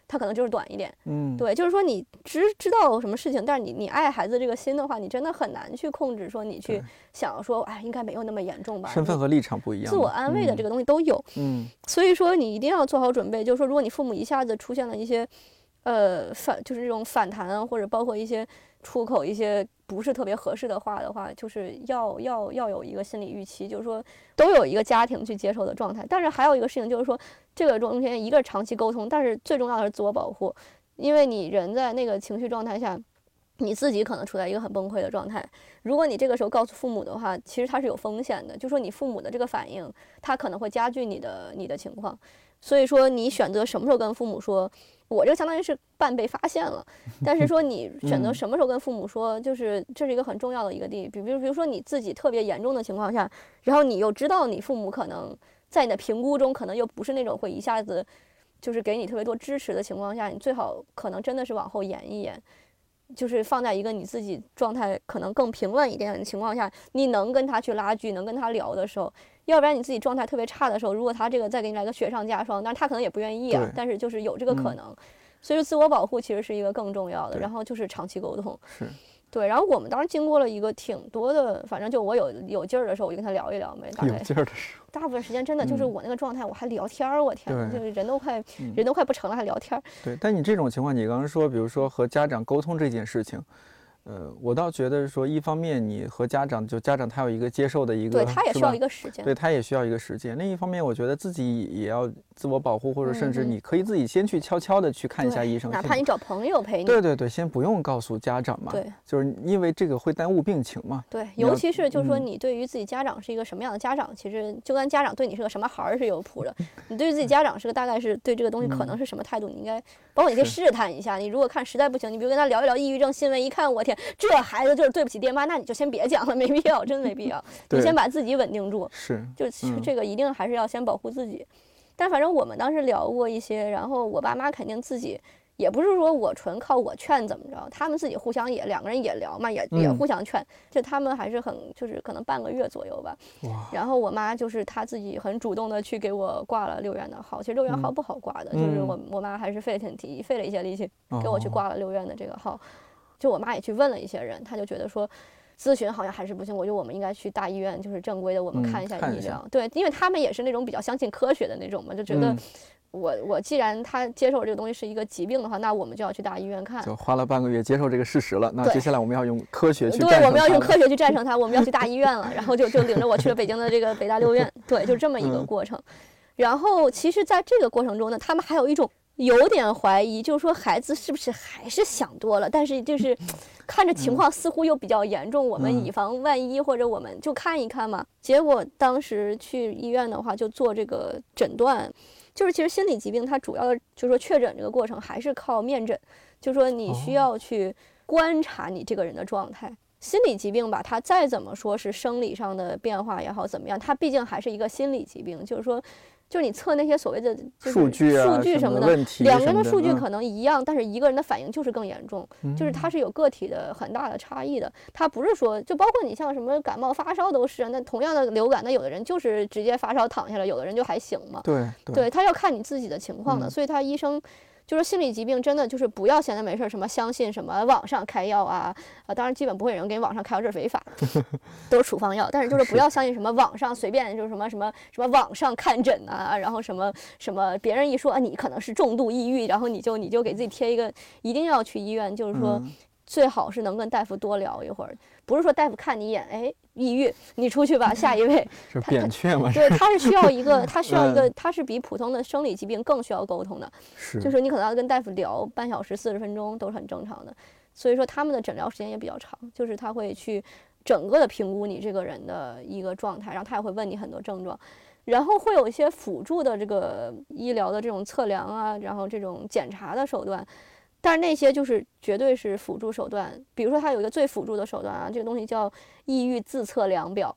C: 它可能就是短一点。
B: 嗯，
C: 对，就是说你知道什么事情，但是你爱孩子这个心的话，你真的很难去控制，说你去想说，哎，应该没有那么严重吧？
B: 身份和立场不一样，
C: 自我安慰的这个东西都有。所以说你一定要做好准备，就是说，如果你父母一下子出现了一些，就是这种反弹啊，或者包括一些出口一些不是特别合适的话的话，就是要有一个心理预期，就是说都有一个家庭去接受的状态。但是还有一个事情就是说，这个中间一个是长期沟通，但是最重要的是自我保护，因为你人在那个情绪状态下，你自己可能处在一个很崩溃的状态。如果你这个时候告诉父母的话，其实它是有风险的，就是说你父母的这个反应，它可能会加剧你的情况。所以说你选择什么时候跟父母说，我这个相当于是半被发现了，但是说你选择什么时候跟父母说，就是这是一个很重要的一个地。比如说你自己特别严重的情况下，然后你又知道你父母可能在你的评估中可能又不是那种会一下子就是给你特别多支持的情况下，你最好可能真的是往后延一延，就是放在一个你自己状态可能更平稳一点的情况下，你能跟他去拉锯，能跟他聊的时候。要不然你自己状态特别差的时候，如果他这个再给你来个雪上加霜，但是他可能也不愿意啊，但是就是有这个可能。所以说自我保护其实是一个更重要的，然后就是长期沟通。
B: 是。
C: 对，然后我们当时经过了一个挺多的，反正就我有劲儿的时候，我就跟他聊一聊呗。大概
B: 有劲儿的时候，
C: 大部分时间真的就是我那个状态，我还聊天儿，我天哪，就是人都快不成了，还聊天儿。
B: 对，但你这种情况，你刚刚说，比如说和家长沟通这件事情。我倒觉得说，一方面你和家长他有一个接受的一个，
C: 对他也需要一个时间，
B: 对他也需要一个时间。另一方面，我觉得自己也要自我保护，或者甚至你可以自己先去悄悄的去看一下医生，
C: 哪怕你找朋友陪你。
B: 对，先不用告诉家长嘛，
C: 对，
B: 就是因为这个会耽误病情嘛。
C: 对，尤其是就是说你对于自己家长是一个什么样的家长，其实就跟家长对你是个什么孩儿是有谱的。你对于自己家长是个大概是对这个东西可能是什么态度，你应该包括你可以试探一下。你如果看实在不行，你比如跟他聊一聊抑郁症新闻，一看我天，这孩子就是对不起爹妈，那你就先别讲了，没必要，真没必要。你先把自己稳定住，就这个一定还是要先保护自己。但反正我们当时聊过一些，然后我爸妈肯定自己也不是说我纯靠我劝怎么着，他们自己互相也两个人也聊嘛，也互相劝，就他们还是很就是可能半个月左右吧。然后我妈就是她自己很主动的去给我挂了6院的号，其实6院号不好挂的，就是我妈还是费了一些力气给我去挂了6院的这个号。就我妈也去问了一些人，她就觉得说咨询好像还是不行，我觉得我们应该去大医院，就是正规的我们看一下医疗。对，因为他们也是那种比较相信科学的那种嘛，就觉得我既然他接受这个东西是一个疾病的话，那我们就要去大医院看。
B: 就花了半个月接受这个事实了，那接下来我们要用科学去战胜它。
C: 对，我们要用科学去战胜它，我们要去大医院了，然后就领着我去了北京的这个北大6院，对，就这么一个过程。然后其实在这个过程中呢，他们还有一种有点怀疑，就是说孩子是不是还是想多了，但是就是看着情况似乎又比较严重，我们以防万一，或者我们就看一看嘛。结果当时去医院的话，就做这个诊断，就是其实心理疾病它主要就是说确诊这个过程还是靠面诊，就是说你需要去观察你这个人的状态。心理疾病吧，它再怎么说是生理上的变化也好怎么样，它毕竟还是一个心理疾病，就是说。就是你测那些所谓的
B: 数据
C: 什么的，两个人的数据可能一样，但是一个人的反应就是更严重，就是它是有个体的很大的差异的。它不是说就包括你像什么感冒发烧都是，那同样的流感，那有的人就是直接发烧躺下了，有的人就还行嘛。对，他要看你自己的情况的，所以他医生。就是心理疾病真的就是不要闲着没事什么相信什么网上开药啊，当然基本不会有人给网上开药，这是违法，都是处方药。但是就是不要相信什么网上随便就是什么网上看诊啊，然后什么别人一说你可能是重度抑郁，然后你就给自己贴一个，一定要去医院，就是说最好是能跟大夫多聊一会儿，不是说大夫看你一眼，哎，抑郁，你出去吧，下一位。
B: 是扁鹊吗？
C: 对，他是需要一个，他是比普通的生理疾病更需要沟通的，就是你可能要跟大夫聊半小时40分钟都是很正常的，所以说他们的诊疗时间也比较长，就是他会去整个的评估你这个人的一个状态，然后他也会问你很多症状。然后会有一些辅助的这个医疗的这种测量啊，然后这种检查的手段。但是那些就是绝对是辅助手段，比如说它有一个最辅助的手段啊，这个东西叫抑郁自测量表，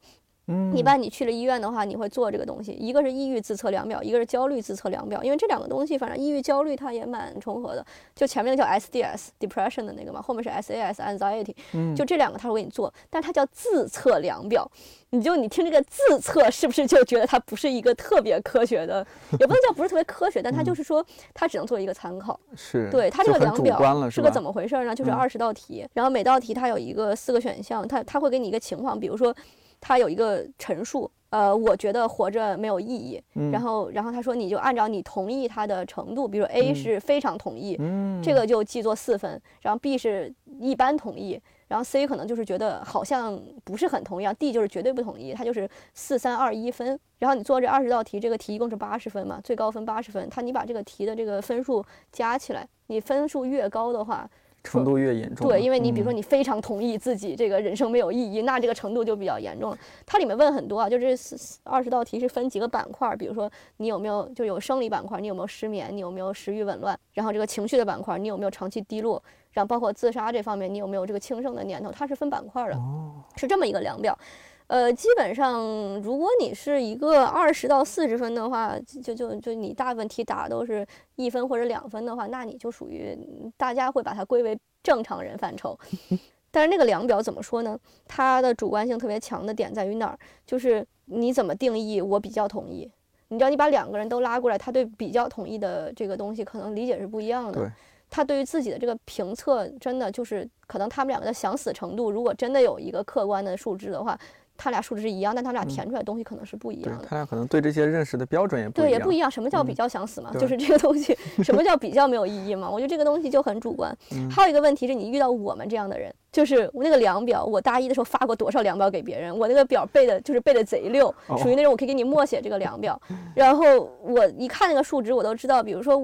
C: 一般你去了医院的话，你会做这个东西，一个是抑郁自测量表，一个是焦虑自测量表，因为这两个东西，反正抑郁焦虑它也蛮重合的，就前面叫 SDS depression 的那个嘛，后面是 SAS anxiety，就这两个他会给你做，但是它叫自测量表，你听这个自测是不是就觉得它不是一个特别科学的，也不能叫不是特别科学，但它就是说它只能做一个参考。
B: 是，
C: 对，它这个量表
B: 是
C: 个怎么回事呢？就是20道题，然后每道题它有4个选项，它会给你一个情况，比如说它有一个陈述，我觉得活着没有意义，然后他说你就按照你同意它的程度，比如 A 是非常同意，这个就记作4分，然后 B 是一般同意，然后 C 可能就是觉得好像不是很同意，D 就是绝对不同意，它就是4、3、2、1分。然后你做这20道题，这个题一共是80分嘛，最高分80分，你把这个题的这个分数加起来，你分数越高的话，
B: 程度越严重。
C: 对，因为你比如说你非常同意自己这个人生没有意义，那这个程度就比较严重了。它里面问很多啊，就这20道题是分几个板块，比如说你有没有就有生理板块，你有没有失眠，你有没有食欲紊乱，然后这个情绪的板块，你有没有长期低落，然后包括自杀这方面，你有没有这个轻生的念头，它是分板块的，是这么一个量表。基本上如果你是一个20到40分的话，就你大部分题答都是1分或者2分的话，那你就属于大家会把它归为正常人范畴。但是那个量表怎么说呢？它的主观性特别强的点在于哪儿？就是你怎么定义我比较同意？你知道，你把2个人都拉过来，他对比较同意的这个东西可能理解是不一样的。
B: 对，
C: 他对于自己的这个评测，真的就是可能他们2个的想死程度，如果真的有一个客观的数值的话，他俩数值是一样，但他们俩填出来的东西可能是不一样的。
B: 他俩可能对这些认识的标准也不一样。
C: 对，也不一样。什么叫比较想死嘛？就是这个东西，什么叫比较没有意义嘛？我觉得这个东西就很主观。还有一个问题是你遇到我们这样的人，就是我那个量表，我大一的时候发过多少量表给别人，我那个表背的贼溜，属于那种我可以给你默写这个量表。然后我一看那个数值，我都知道，比如说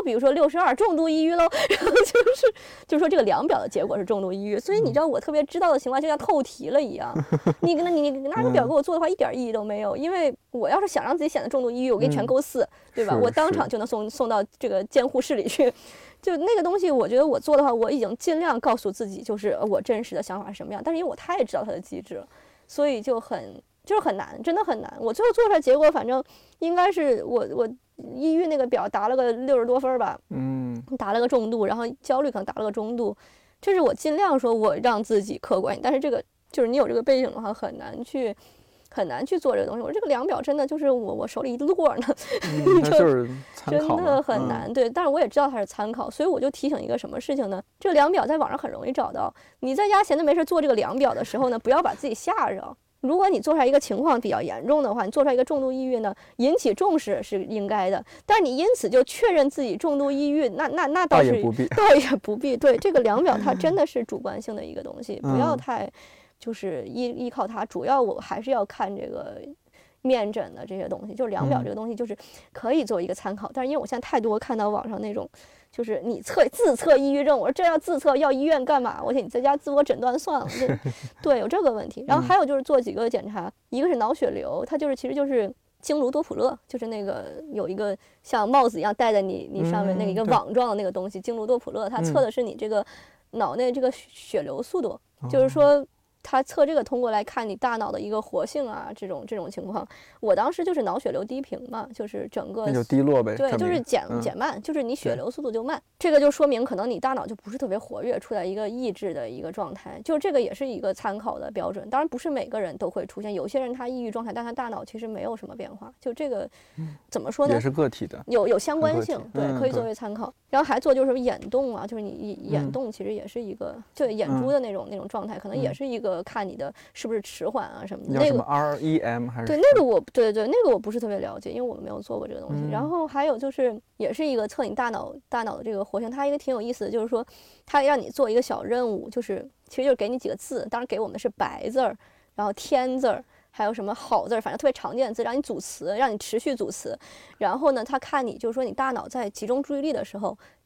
C: 62，重度抑郁喽。然后就是说这个量表的结果是重度抑郁，所以你知道我特别知道的情况就像透题了一样。你拿个表给我做的话，一点意义都没有，因为我要是想让自己显得重度抑郁，我给你全勾4，对吧？我当场就能送到这个监护室里去。就那个东西，我觉得我做的话，我已经尽量告诉自己，就是我真实的想法是什么样。但是因为我太知道它的机制了，所以就是很难，真的很难。我最后做出来结果，反正应该是我抑郁那个表答了个60多分吧，答了个重度，然后焦虑可能答了个中度。这是我尽量说我让自己客观，但是这个就是你有这个背景的话，很难去做这个东西。我这个量表真的就是我手里一摞呢，
B: 就是参考，
C: 真的很难。对，但是我也知道它是参考，所以我就提醒一个什么事情呢？这个量表在网上很容易找到。你在家闲着没事做这个量表的时候呢，不要把自己吓着。如果你做出来一个情况比较严重的话，你做出来一个重度抑郁呢，引起重视是应该的。但是你因此就确认自己重度抑郁，那倒也不必。对，这个量表它真的是主观性的一个东西，不要太就是依靠它。主要我还是要看这个面诊的这些东西，就是量表这个东西就是可以作为一个参考。但是因为我现在太多看到网上那种，就是你自测抑郁症，我说这要自测要医院干嘛？我说你在家自我诊断算了。对，有这个问题。然后还有就是做几个检查，一个是脑血流，它其实就是经颅多普勒，就是那个有一个像帽子一样戴在你上面那个一个网状的那个东西，经颅多普勒，它测的是你这个脑内这个血流速度，就是说。他测这个通过来看你大脑的一个活性啊，这种情况，我当时就是脑血流低频嘛，就是整个
B: 那就低落呗，
C: 对，就是减慢，就是你血流速度就慢，这个就说明可能你大脑就不是特别活跃，处在一个抑制的一个状态，就这个也是一个参考的标准。当然不是每个人都会出现，有些人他抑郁状态，但他大脑其实没有什么变化，就这个怎么说呢？
B: 也是个体的，
C: 有相关性，对，可以作为参考。然后还做就是眼动啊，就是你眼动其实也是一个，对眼珠的那种状态，可能也是一个看你的是不是迟缓啊什么的。
B: 那个 REM 还是？
C: 对，那个我不是特别了解，因为我们没有做过这个东西。然后还有就是也是一个测你大脑的这个活性，它一个挺有意思的，就是说它让你做一个小任务，其实就是给你几个字，当然给我们的是白字儿，然后天字儿。还有什么好字，反正特别常见的字，让你组词，让你持续组词。然后呢，他看你就是说你大脑在集中注意力的时候，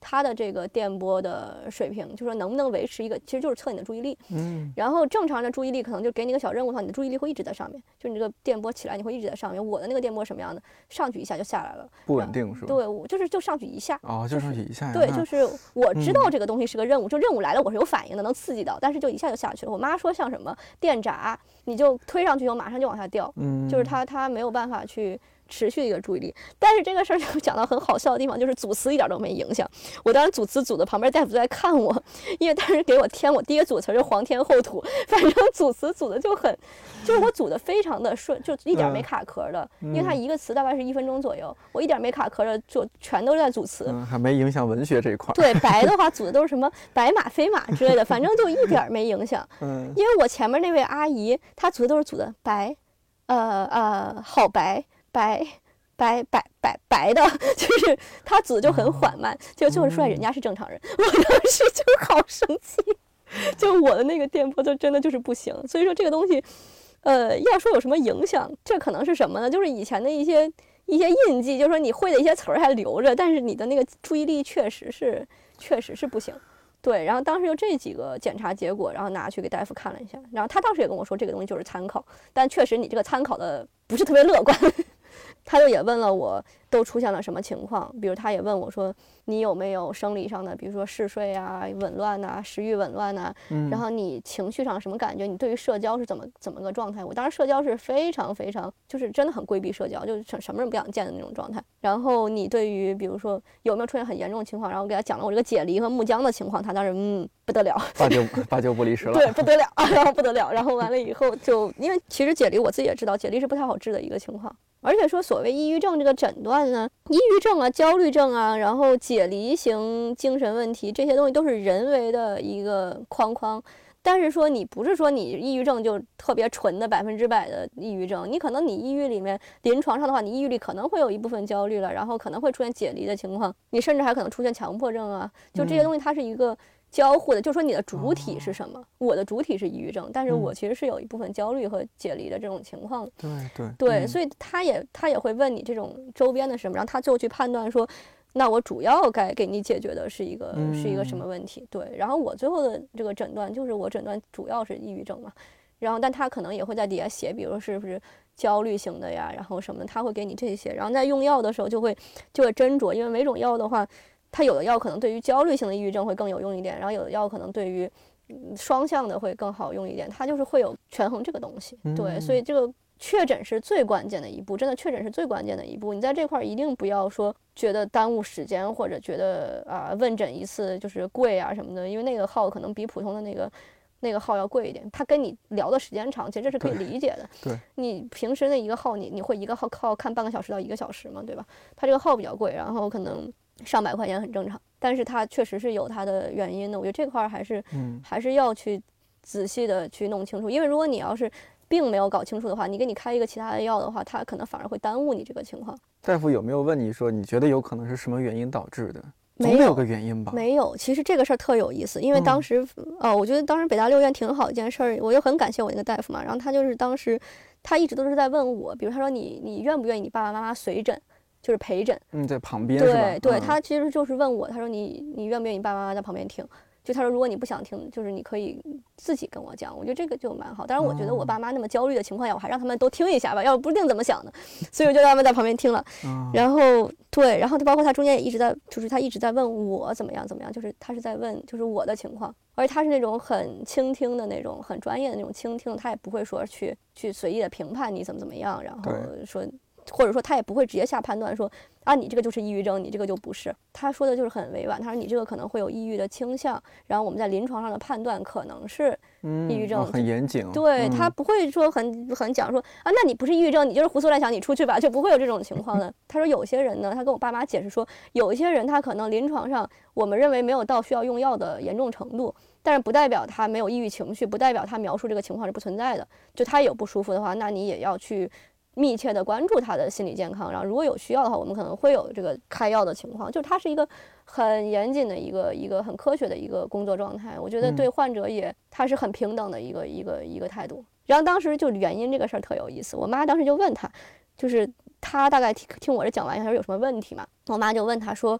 C: 他的这个电波的水平，就说能不能维持一个，其实就是测你的注意力。然后正常的注意力可能就给你一个小任务的话，你的注意力会一直在上面，就你这个电波起来你会一直在上面。我的那个电波什么样的，上去一下就下来了，
B: 不稳定是吧？
C: 对，我就上去一下。
B: 就上去一下呀。
C: 对，就是我知道这个东西是个任务，就任务来了我是有反应的，能刺激到，但是就一下就下去了。我妈说像什么电闸，你就推上去以后马上就往下掉，就是它没有办法去持续一个注意力。但是这个事儿就讲到很好笑的地方，就是组词一点都没影响。我当时组词组的旁边大夫都在看我，因为当时给我填我第一个组词是皇天厚土，反正组词组的就是我组的非常的顺，就一点没卡壳的，因为它一个词大概是1分钟左右，我一点没卡壳的，就全都在组词，
B: 还没影响文学这一块。
C: 对，白的话组的都是什么白马飞马之类的，反正就一点没影响。因为我前面那位阿姨她组的都是组的白，好白的，就是他组的就很缓慢，就是说人家是正常人，我当时就好生气，就我的那个电波就真的就是不行。所以说这个东西，要说有什么影响，这可能是什么呢？就是以前的一些印记，就是说你会的一些词儿还留着，但是你的那个注意力确实是不行。对，然后当时就这几个检查结果，然后拿去给大夫看了一下，然后他当时也跟我说这个东西就是参考，但确实你这个参考的不是特别乐观。他就也问了我都出现了什么情况，比如他也问我说你有没有生理上的，比如说嗜睡啊、紊乱啊、食欲紊乱啊，然后你情绪上什么感觉，你对于社交是怎么个状态。我当时社交是非常非常就是真的很规避社交，就是什么人不想见的那种状态。然后你对于比如说有没有出现很严重的情况，然后我给他讲了我这个解离和木僵的情况，他当时不得了，
B: 八九不离十了。
C: 对，不得了，然后不得了，然后完了以后就因为其实解离我自己也知道，解离是不太好治的一个情况。而且说所谓抑郁症这个诊断呢，抑郁症啊、焦虑症啊，然后解离型精神问题，这些东西都是人为的一个框框。但是说你不是说你抑郁症就特别纯的100%的抑郁症，你可能你抑郁里面临床上的话，你抑郁里可能会有一部分焦虑了，然后可能会出现解离的情况，你甚至还可能出现强迫症啊，就这些东西它是一个交互的，就是说你的主体是什么？我的主体是抑郁症，但是我其实是有一部分焦虑和解离的这种情况。对，所以他也会问你这种周边的什么，然后他最后去判断说，那我主要该给你解决的是一个什么问题？对，然后我最后的这个诊断就是我诊断主要是抑郁症嘛，然后但他可能也会在底下写，比如说是不是焦虑型的呀，然后什么的，他会给你这些，然后在用药的时候就会斟酌，因为每种药的话。它有的药可能对于焦虑型的抑郁症会更有用一点，然后有的药可能对于双向的会更好用一点，它就是会有权衡这个东西。对，所以这个确诊是最关键的一步，真的确诊是最关键的一步。你在这块一定不要说觉得耽误时间，或者觉得问诊一次就是贵啊什么的，因为那个号可能比普通的那个号要贵一点，他跟你聊的时间长，其实这是可以理解的。
B: 对，
C: 你平时那一个号你会一个号看半个小时到1个小时嘛，对吧？他这个号比较贵，然后可能上百块钱很正常，但是它确实是有它的原因的。我觉得这块还是要去仔细的去弄清楚，因为如果你要是并没有搞清楚的话，你给你开一个其他的药的话，它可能反而会耽误你这个情况。
B: 大夫有没有问你说你觉得有可能是什么原因导致的？总有个原因吧？
C: 没有，其实这个事儿特有意思，因为当时我觉得当时北大6院挺好一件事儿，我就很感谢我那个大夫嘛。然后他就是当时他一直都是在问我，比如他说你愿不愿意你爸爸妈妈随诊？就是陪诊，
B: 在旁边是吧？
C: 对，他其实就是问我，他说你愿不愿意爸爸妈妈在旁边听？就他说如果你不想听，就是你可以自己跟我讲。我觉得这个就蛮好。当然，我觉得我爸妈那么焦虑的情况下，我还让他们都听一下吧，要不定怎么想的。所以我就让他们在旁边听了。然后对，然后包括他中间也一直在，就是他一直在问我怎么样，就是他是在问就是我的情况，而且他是那种很倾听的那种，很专业的那种倾听，他也不会说去随意的评判你怎么样，然后说。或者说他也不会直接下判断说你这个就是抑郁症，你这个就不是。他说的就是很委婉，他说你这个可能会有抑郁的倾向，然后我们在临床上的判断可能是抑郁症，
B: 很严谨。
C: 对，他不会说很讲说那你不是抑郁症，你就是胡思乱想，你出去吧，就不会有这种情况的。他说有些人呢，他跟我爸妈解释说，有一些人他可能临床上我们认为没有到需要用药的严重程度，但是不代表他没有抑郁情绪，不代表他描述这个情况是不存在的。就他有不舒服的话，那你也要去密切的关注他的心理健康，然后如果有需要的话，我们可能会有这个开药的情况。就它是一个很严谨的一个很科学的一个工作状态，我觉得对患者也他是很平等的一个态度。然后当时就原因这个事儿特有意思，我妈当时就问他，就是他大概听我这讲完，他说有什么问题嘛？我妈就问他说，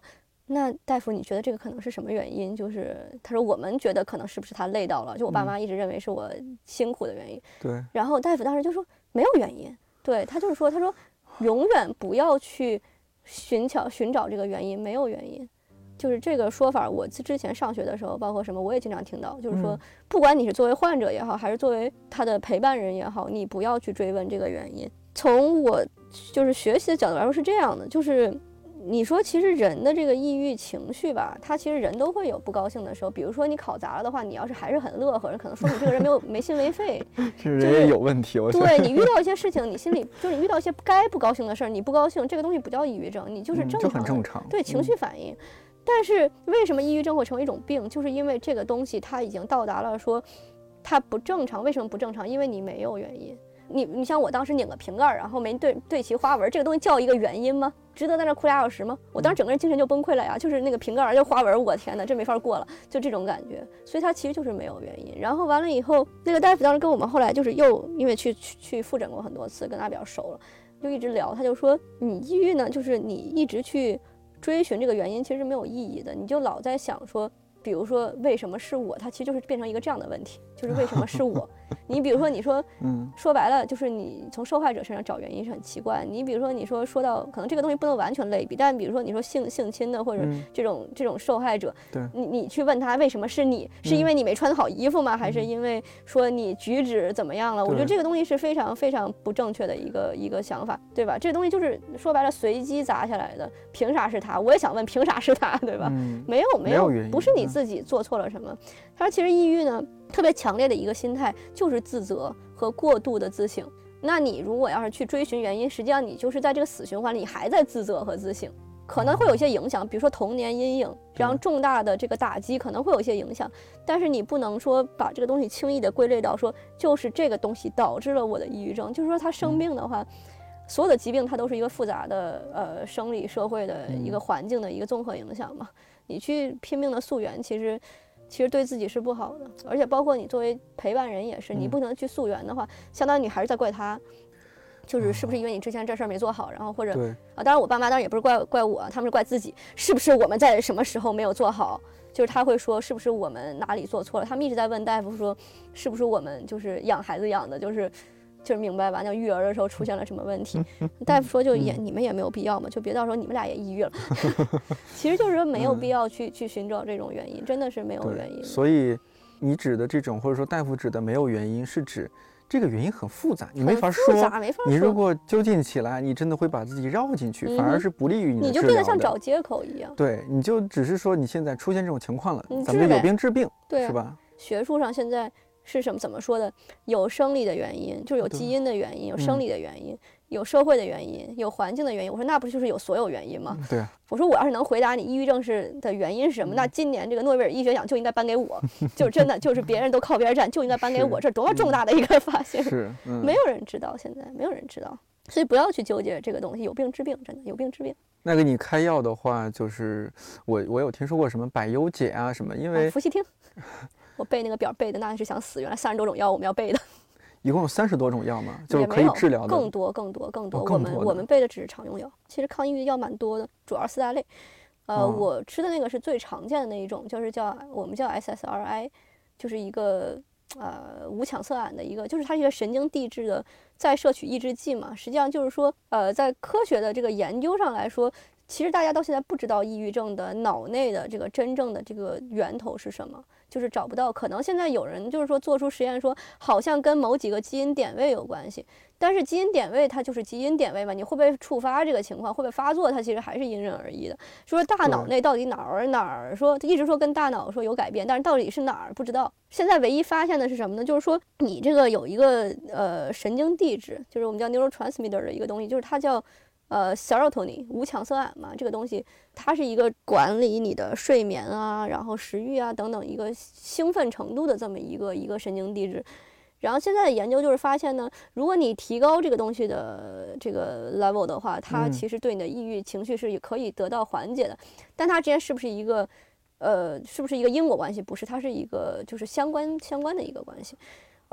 C: 那大夫，你觉得这个可能是什么原因？就是他说我们觉得可能是不是他累到了，就我爸妈一直认为是我辛苦的原因。
B: 对。
C: 然后大夫当时就说没有原因，对，他就是说，他说永远不要去寻找这个原因，没有原因。就是这个说法，我之前上学的时候，包括什么，我也经常听到，就是说，不管你是作为患者也好，还是作为他的陪伴人也好，你不要去追问这个原因。从我就是学习的角度来说是这样的，就是你说其实人的这个抑郁情绪吧，他其实人都会有不高兴的时候。比如说你考砸了的话，你要是还是很乐呵，可能说明这个人没心没肺，
B: 这人也有问题。我
C: 对你遇到一些事情，你心里就是你遇到一些该不高兴的事儿，你不高兴，这个东西不叫抑郁症，你就是正常的，
B: 就很正常，
C: 对情绪反应。但是为什么抑郁症会成为一种病？就是因为这个东西它已经到达了说它不正常。为什么不正常？因为你没有原因。你像我当时拧个瓶盖，然后没对齐花纹，这个东西叫一个原因吗？值得在那哭2小时吗？我当时整个人精神就崩溃了呀！就是那个瓶盖就花纹，我天哪，这没法过了，就这种感觉。所以它其实就是没有原因。然后完了以后，那个大夫当时跟我们后来就是又因为去复诊过很多次，跟他比较熟了，就一直聊。他就说你抑郁呢，就是你一直去追寻这个原因其实是没有意义的，你就老在想说，比如说为什么是我，它其实就是变成一个这样的问题，就是为什么是我。你比如说你说说白了就是你从受害者身上找原因是很奇怪。你比如说你说到可能这个东西不能完全类比，但比如说你说性侵的或者这种受害者，你去问他为什么是你，是因为你没穿好衣服吗？还是因为说你举止怎么样了？我觉得这个东西是非常非常不正确的一个想法，对吧？这个东西就是说白了随机砸下来的，凭啥是他？我也想问凭啥是他，对吧？没有原因，不是你自己做错了什么。他说其实抑郁呢特别强烈的一个心态就是自责和过度的自省。那你如果要是去追寻原因，实际上你就是在这个死循环里，你还在自责和自省，可能会有一些影响，比如说童年阴影，然后重大的这个打击可能会有一些影响，但是你不能说把这个东西轻易的归类到说就是这个东西导致了我的抑郁症。就是说他生病的话，所有的疾病它都是一个复杂的生理社会的一个环境的一个综合影响嘛。你去拼命的溯源，其实对自己是不好的，而且包括你作为陪伴人也是，你不能去溯源的话，相当于你还是在怪他，就是是不是因为你之前这事儿没做好，然后或者当然我爸妈当然也不是怪我，他们是怪自己，是不是我们在什么时候没有做好？就是他会说是不是我们哪里做错了？他们一直在问大夫说是不是我们就是养孩子养的就是明白吧？那育儿的时候出现了什么问题？大夫说你们也没有必要嘛，就别到时候你们俩也抑郁了。其实就是说没有必要去寻找这种原因，真的是没有原因。
B: 所以你指的这种，或者说大夫指的没有原因，是指这个原因很复杂，你没法说。你如果究竟起来，你真的会把自己绕进去，反而是不利于你的治疗的。
C: 你就变得像找借口一样。
B: 对，你就只是说你现在出现这种情况了，咱们有病治病，
C: 对，
B: 是吧？
C: 学术上现在是怎么说的？有生理的原因，就是有基因的原因，有生理的原因，有社会的原因，有环境的原因。我说那不就是有所有原因吗？
B: 对。
C: 我说我要是能回答你抑郁症的原因是什么，那今年这个诺贝尔医学奖就应该颁给我，就真的就是别人都靠边站，就应该颁给我，这多么重大的一个发现！
B: 是，
C: 没有人知道，现在没有人知道，所以不要去纠结这个东西，有病治病，真的有病治病。
B: 那给你开药的话，就是我有听说过什么百忧解啊什么，因为
C: 伏羲听。我背那个表背的那是想死，原来30多种药我们要背的。
B: 一共有30多种药吗？就是可以治疗的。
C: 更多。我们背的只是常用药，其实抗抑郁的药蛮多的，主要4大类。我吃的那个是最常见的那一种，就是我们叫 SSRI， 就是一个无羟色胺的一个，就是它是一个神经递质的再摄取抑制剂嘛。实际上就是说，在科学的这个研究上来说，其实大家到现在不知道抑郁症的脑内的这个真正的这个源头是什么，就是找不到。可能现在有人就是说做出实验说好像跟某几个基因点位有关系，但是基因点位它就是基因点位嘛，你会不会触发这个情况，会不会发作，它其实还是因人而异的。说大脑内到底哪儿说一直说跟大脑说有改变，但是到底是哪儿不知道。现在唯一发现的是什么呢？就是说你这个有一个神经递质，就是我们叫 neurotransmitter 的一个东西，就是它叫serotonin 无羟色胺嘛，这个东西它是一个管理你的睡眠啊，然后食欲啊等等一个兴奋程度的这么一个神经递质。然后现在的研究就是发现呢，如果你提高这个东西的这个 level 的话，它其实对你的抑郁情绪是可以得到缓解的。但它之间是不是一个因果关系？不是，它是一个就是相关的一个关系。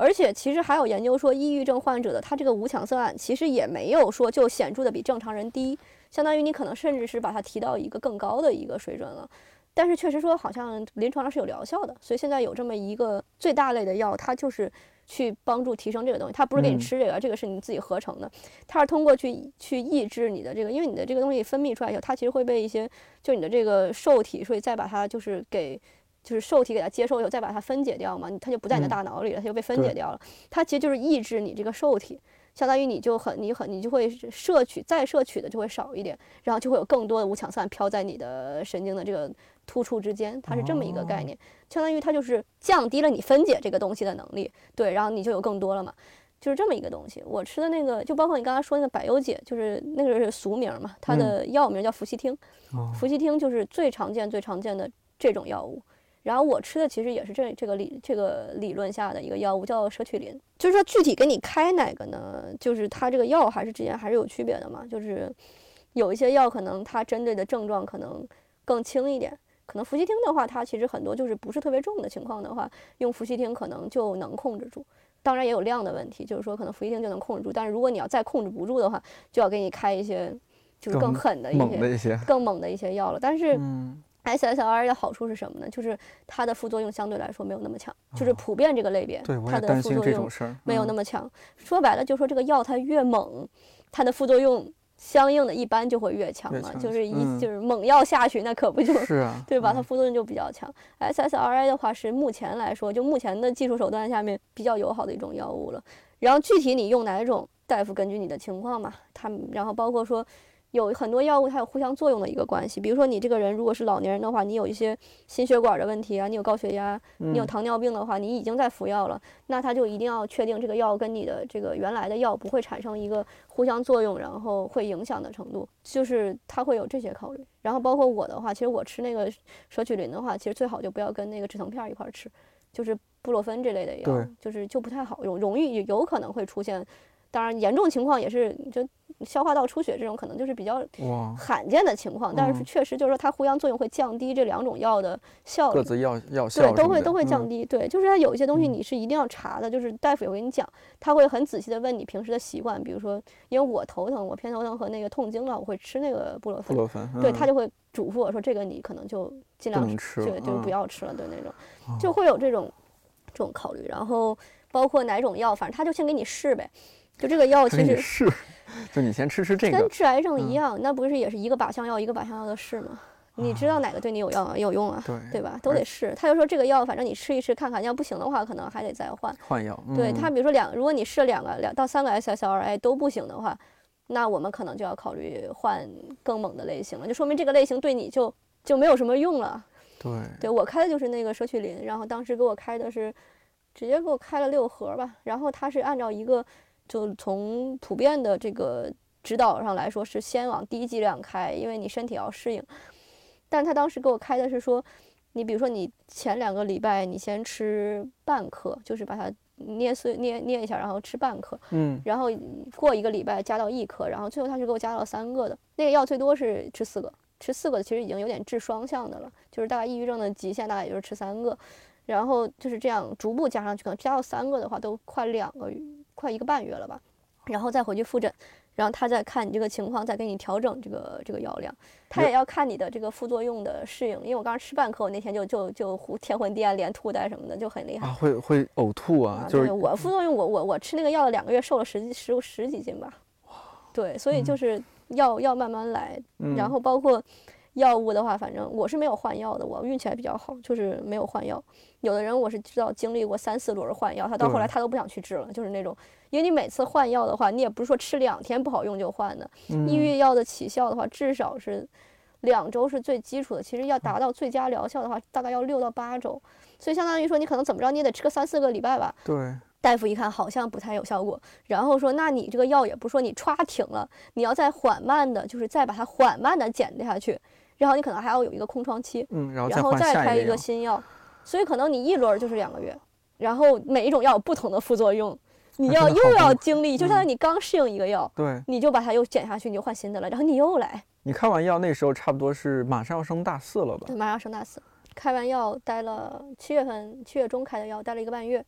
C: 而且其实还有研究说，抑郁症患者的他这个无羟色胺其实也没有说就显著的比正常人低，相当于你可能甚至是把它提到一个更高的一个水准了。但是确实说好像临床上是有疗效的，所以现在有这么一个最大类的药，它就是去帮助提升这个东西，它不是给你吃这个，这个是你自己合成的，它是通过去抑制你的这个，因为你的这个东西分泌出来以后，它其实会被一些就你的这个受体，所以再把它就是受体给它接受以后，再把它分解掉嘛，它就不在你的大脑里了，它就被分解掉了。它其实就是抑制你这个受体，相当于你就会摄取的就会少一点，然后就会有更多的无羟色胺飘在你的神经的这个突触之间，它是这么一个概念，相当于它就是降低了你分解这个东西的能力，对，然后你就有更多了嘛。就是这么一个东西。我吃的那个，就包括你刚才说那个百忧解，就是那个是俗名嘛，它的药名叫氟西汀。氟西汀就是最常见的这种药物。然后我吃的其实也是这个理论下的一个药物，叫舍曲林。就是说具体给你开哪个呢？就是它这个药之间还是有区别的嘛。就是有一些药可能它针对的症状可能更轻一点，可能氟西汀的话，它其实很多就是不是特别重的情况的话，用氟西汀可能就能控制住。当然也有量的问题，就是说可能氟西汀就能控制住，但是如果你要再控制不住的话，就要给你开一些就是更狠的更猛的一些药了。但是SSRI 的好处是什么呢？就是它的副作用相对来说没有那么强，就是普遍这个类别，它的副作用没有那么强。说白了，就是说这个药它越猛，它的副作用相应的一般就会越强嘛。就是就是猛药下去，那可不就是
B: 啊，
C: 对吧？它副作用就比较强。SSRI 的话是目前来说，就目前的技术手段下面比较友好的一种药物了。然后具体你用哪种，大夫根据你的情况嘛，然后包括说。有很多药物它有互相作用的一个关系，比如说你这个人如果是老年人的话，你有一些心血管的问题啊，你有高血压，你有糖尿病的话，你已经在服药了，那他就一定要确定这个药跟你的这个原来的药不会产生一个互相作用，然后会影响的程度，就是他会有这些考虑。然后包括我的话，其实我吃那个舍曲林的话，其实最好就不要跟那个止疼片一块吃，就是布洛芬这类的药，就不太好，容易有可能会出现。当然，严重情况也是就消化道出血这种，可能就是比较罕见的情况。但是确实就是说，它互相作用会降低这两种药的效率，
B: 各自药效
C: 对，都会降低。对，就是它有一些东西你是一定要查的，就是大夫也会跟你讲，他会很仔细的问你平时的习惯，比如说，因为我头疼，我偏头疼和那个痛经了，我会吃那个布洛芬，对他就会嘱咐我说，这个你可能就尽量就不要吃了，对那种，就会有这种考虑。然后包括哪种药，反正他就先给你试呗。就这个药其实
B: 是，就你先吃这个，
C: 跟治癌症一样，那不是也是一个靶向药一个靶向药的试吗？你知道哪个对你有用啊？对吧？都得试。他就说这个药，反正你吃一吃看看，要不行的话，可能还得再换
B: 药。
C: 对他，比如说如果你试了2到3个 SSRI 都不行的话，那我们可能就要考虑换更猛的类型了，就说明这个类型对你就没有什么用了。对，我开的就是那个舍曲林，然后当时给我开的是直接给我开了6盒吧，然后他是按照一个。就从普遍的这个指导上来说，是先往低剂量开，因为你身体要适应。但他当时给我开的是说，你比如说你前2个礼拜你先吃半克，就是把它捏一下，然后吃半克，然后过1个礼拜加到1克，然后最后他是给我加到3个的。那个药最多是吃4个，吃4个其实已经有点治双向的了，就是大概抑郁症的极限大概也就是吃3个，然后就是这样逐步加上去，可能加到3个的话都快1个半月了吧，然后再回去复诊，然后他再看你这个情况，再给你调整这个药量。他也要看你的这个副作用的适应，因为我刚吃半克，我那天就天昏地暗，连吐带什么的，就很厉害。
B: 会呕吐啊！就是
C: 我副作用，我吃那个药2个月，瘦了十几斤吧。对，所以就是要慢慢来，然后包括。药物的话，反正我是没有换药的，我运气还比较好，就是没有换药。有的人我是知道经历过3、4轮换药，他到后来他都不想去治了，就是那种，因为你每次换药的话，你也不是说吃2天不好用就换的。抑郁药的起效的话，至少是2周是最基础的，其实要达到最佳疗效的话，大概要6到8周，所以相当于说你可能怎么着你也得吃个3、4个礼拜吧。
B: 对。
C: 大夫一看好像不太有效果，然后说那你这个药也不是说你歘停了，你要再缓慢的，就是再把它缓慢的减下去。然后你可能还要有一个空窗期，然后再开一个新药，所以可能你1轮就是2个月，然后每一种药有不同的副作用，你又要经历，就相当于你刚适应一个药，
B: 对，
C: 你就把它又减下去，你就换新的了，然后你又来。
B: 你开完药那时候差不多是马上要升大4了吧？
C: 对，马上升大4，开完药待了7月中开的药，待了1个半月。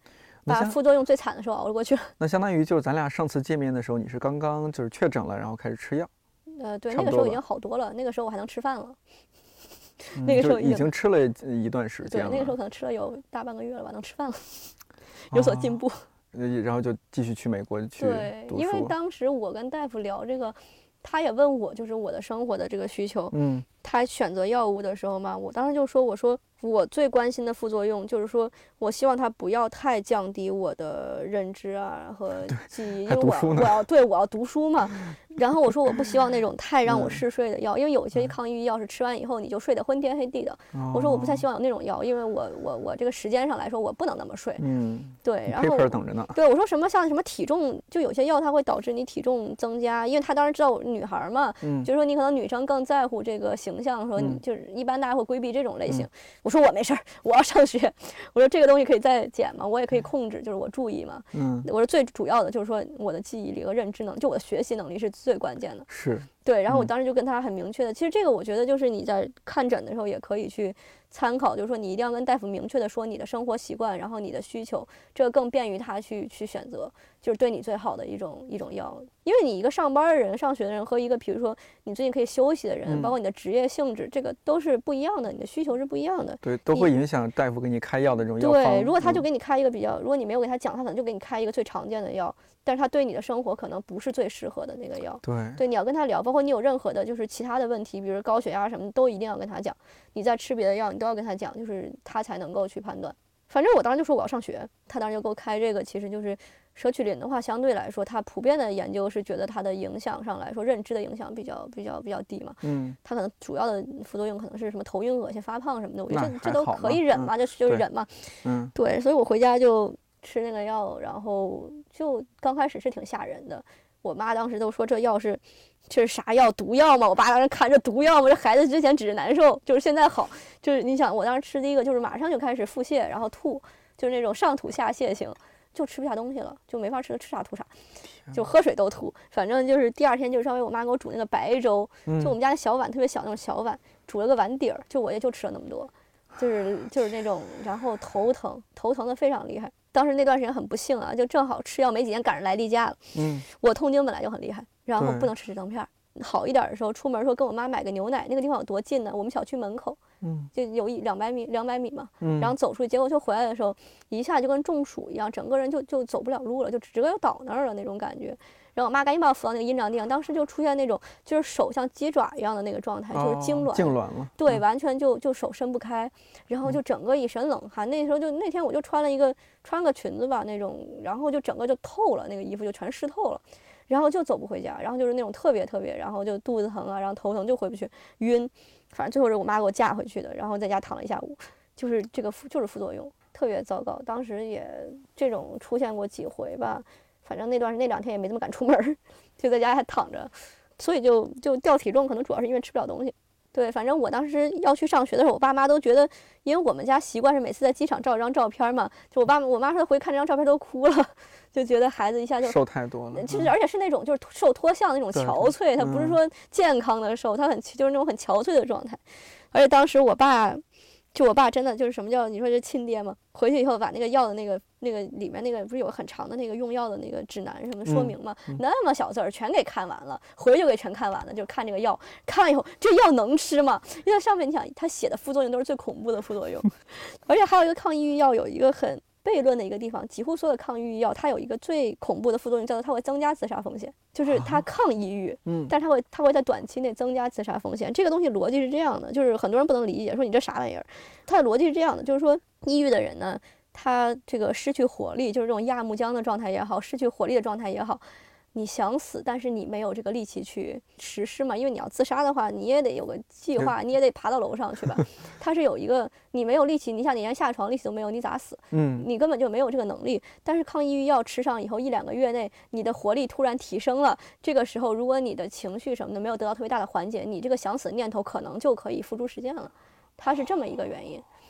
C: 把副作用最惨的时候熬过去了。
B: 那相当于就是咱俩上次见面的时候，你是刚刚就是确诊了，然后开始吃药。
C: 对，那个时候已经好多了，那个时候我还能吃饭了。
B: 那个时候已经吃了一段时间了。
C: 对，那个时候可能吃了有大半个月了吧，能吃饭了，有所进步。
B: 然后就继续去美国去读书。
C: 对，因为当时我跟大夫聊这个，他也问我就是我的生活的这个需求。他选择药物的时候嘛，我当时就说，我说我最关心的副作用就是说，我希望它不要太降低我的认知啊和记忆，因为我要读书嘛。然后我说我不希望那种太让我嗜睡的药，因为有些抗抑郁药是吃完以后你就睡得昏天黑地的。我说我不太希望有那种药，因为我这个时间上来说我不能那么睡。对，然后
B: 等着呢。
C: 对，我说像什么体重，就有些药它会导致你体重增加，因为他当时知道我女孩嘛，就是说你可能女生更在乎这个形象，说你就是一般大家会规避这种类型。我说我没事儿，我要上学。我说这个东西可以再减嘛，我也可以控制，就是我注意嘛。我说最主要的就是说我的记忆力和认知能力，就我的学习能力是最关键的。
B: 是
C: 对，然后我当时就跟他很明确的，其实这个我觉得就是你在看诊的时候也可以去参考，就是说你一定要跟大夫明确的说你的生活习惯，然后你的需求，这个更便于他去选择，就是对你最好的一种药。因为你一个上班的人、上学的人和一个比如说你最近可以休息的人，包括你的职业性质，这个都是不一样的，你的需求是不一样的。
B: 对，都会影响大夫给你开药的这种药方。
C: 对，如果他就给你开一个比较，如果你没有给他讲，他可能就给你开一个最常见的药，但是他对你的生活可能不是最适合的那个药。对，你要跟他聊，包括你有任何的就是其他的问题，比如高血压什么的，都一定要跟他讲。你在吃别的药，你都要跟他讲，就是他才能够去判断。反正我当时就说我要上学，他当时就给我开这个，其实就是舍曲林的话，相对来说，它普遍的研究是觉得它的影响上来说，认知的影响比较低嘛。它可能主要的副作用可能是什么头晕、恶心、发胖什么的，我觉得这都可以忍嘛，就是忍嘛。对，所以我回家就吃那个药，然后就刚开始是挺吓人的。我妈当时都说这药是啥药？毒药吗？我爸当时看这毒药吗？这孩子之前只是难受，就是现在好。就是你想，我当时吃第一个就是马上就开始腹泻，然后吐，就是那种上吐下泻型，就吃不下东西了，就没法吃，吃啥吐啥，就喝水都吐。反正就是第二天就是稍微我妈给我煮那个白粥，就我们家那小碗特别小那种小碗，煮了个碗底儿，就我也就吃了那么多，就是那种，然后头疼的非常厉害。当时那段时间很不幸啊，就正好吃药没几天赶上来例假了。我痛经本来就很厉害，然后不能吃止疼片。好一点的时候，出门说跟我妈买个牛奶，那个地方有多近呢？我们小区门口，就有200米嘛。然后走出去，结果就回来的时候，一下就跟中暑一样，整个人就走不了路了，就直接要倒那儿了那种感觉。然后我妈赶紧把我扶到那个阴凉地方，当时就出现那种就是手像鸡爪一样的那个状态，就是痉挛
B: 了。
C: 对，完全就手伸不开，然后就整个一身冷汗。那时候就那天我就穿个裙子吧那种，然后就整个就透了，那个衣服就全湿透了。然后就走不回家，然后就是那种特别，然后就肚子疼啊，然后头疼就回不去，晕，反正最后是我妈给我架回去的，然后在家躺了一下午，就是这个就是副作用，特别糟糕。当时也这种出现过几回吧，反正那2天也没怎么敢出门，就在家还躺着，所以就掉体重，可能主要是因为吃不了东西。对，反正我当时要去上学的时候，我爸妈都觉得，因为我们家习惯是每次在机场照一张照片嘛，就我妈说回看这张照片都哭了，就觉得孩子一下就
B: 瘦太多了。
C: 其实而且是那种就是瘦脱相那种憔悴，他不是说健康的瘦，他就是那种很憔悴的状态。而且当时我爸真的就是什么叫你说这亲爹吗？回去以后把那个药的那个里面那个不是有很长的那个用药的那个指南什么说明吗？那么小字儿全给看完了，回去就给全看完了，就看这个药，看完以后这药能吃吗？因为上面你想他写的副作用都是最恐怖的副作用，而且还有一个抗抑郁药有一个很悖论的一个地方，几乎所有的抗抑郁药它有一个最恐怖的副作用，叫做它会增加自杀风险，就是它抗抑郁，但是它会在短期内增加自杀风险。这个东西逻辑是这样的，就是很多人不能理解，说你这啥玩意儿？它的逻辑是这样的，就是说抑郁的人呢，他这个失去活力，就是这种亚木浆的状态也好，失去活力的状态也好。你想死，但是你没有这个力气去实施嘛？因为你要自杀的话，你也得有个计划，你也得爬到楼上去吧。它是有一个，你没有力气，你想你连下床力气都没有，你咋死？你根本就没有这个能力。但是抗抑郁药吃上以后1-2个月内，你的活力突然提升了。这个时候，如果你的情绪什么的没有得到特别大的缓解，你这个想死的念头可能就可以付诸实践了。它是这么一个原因。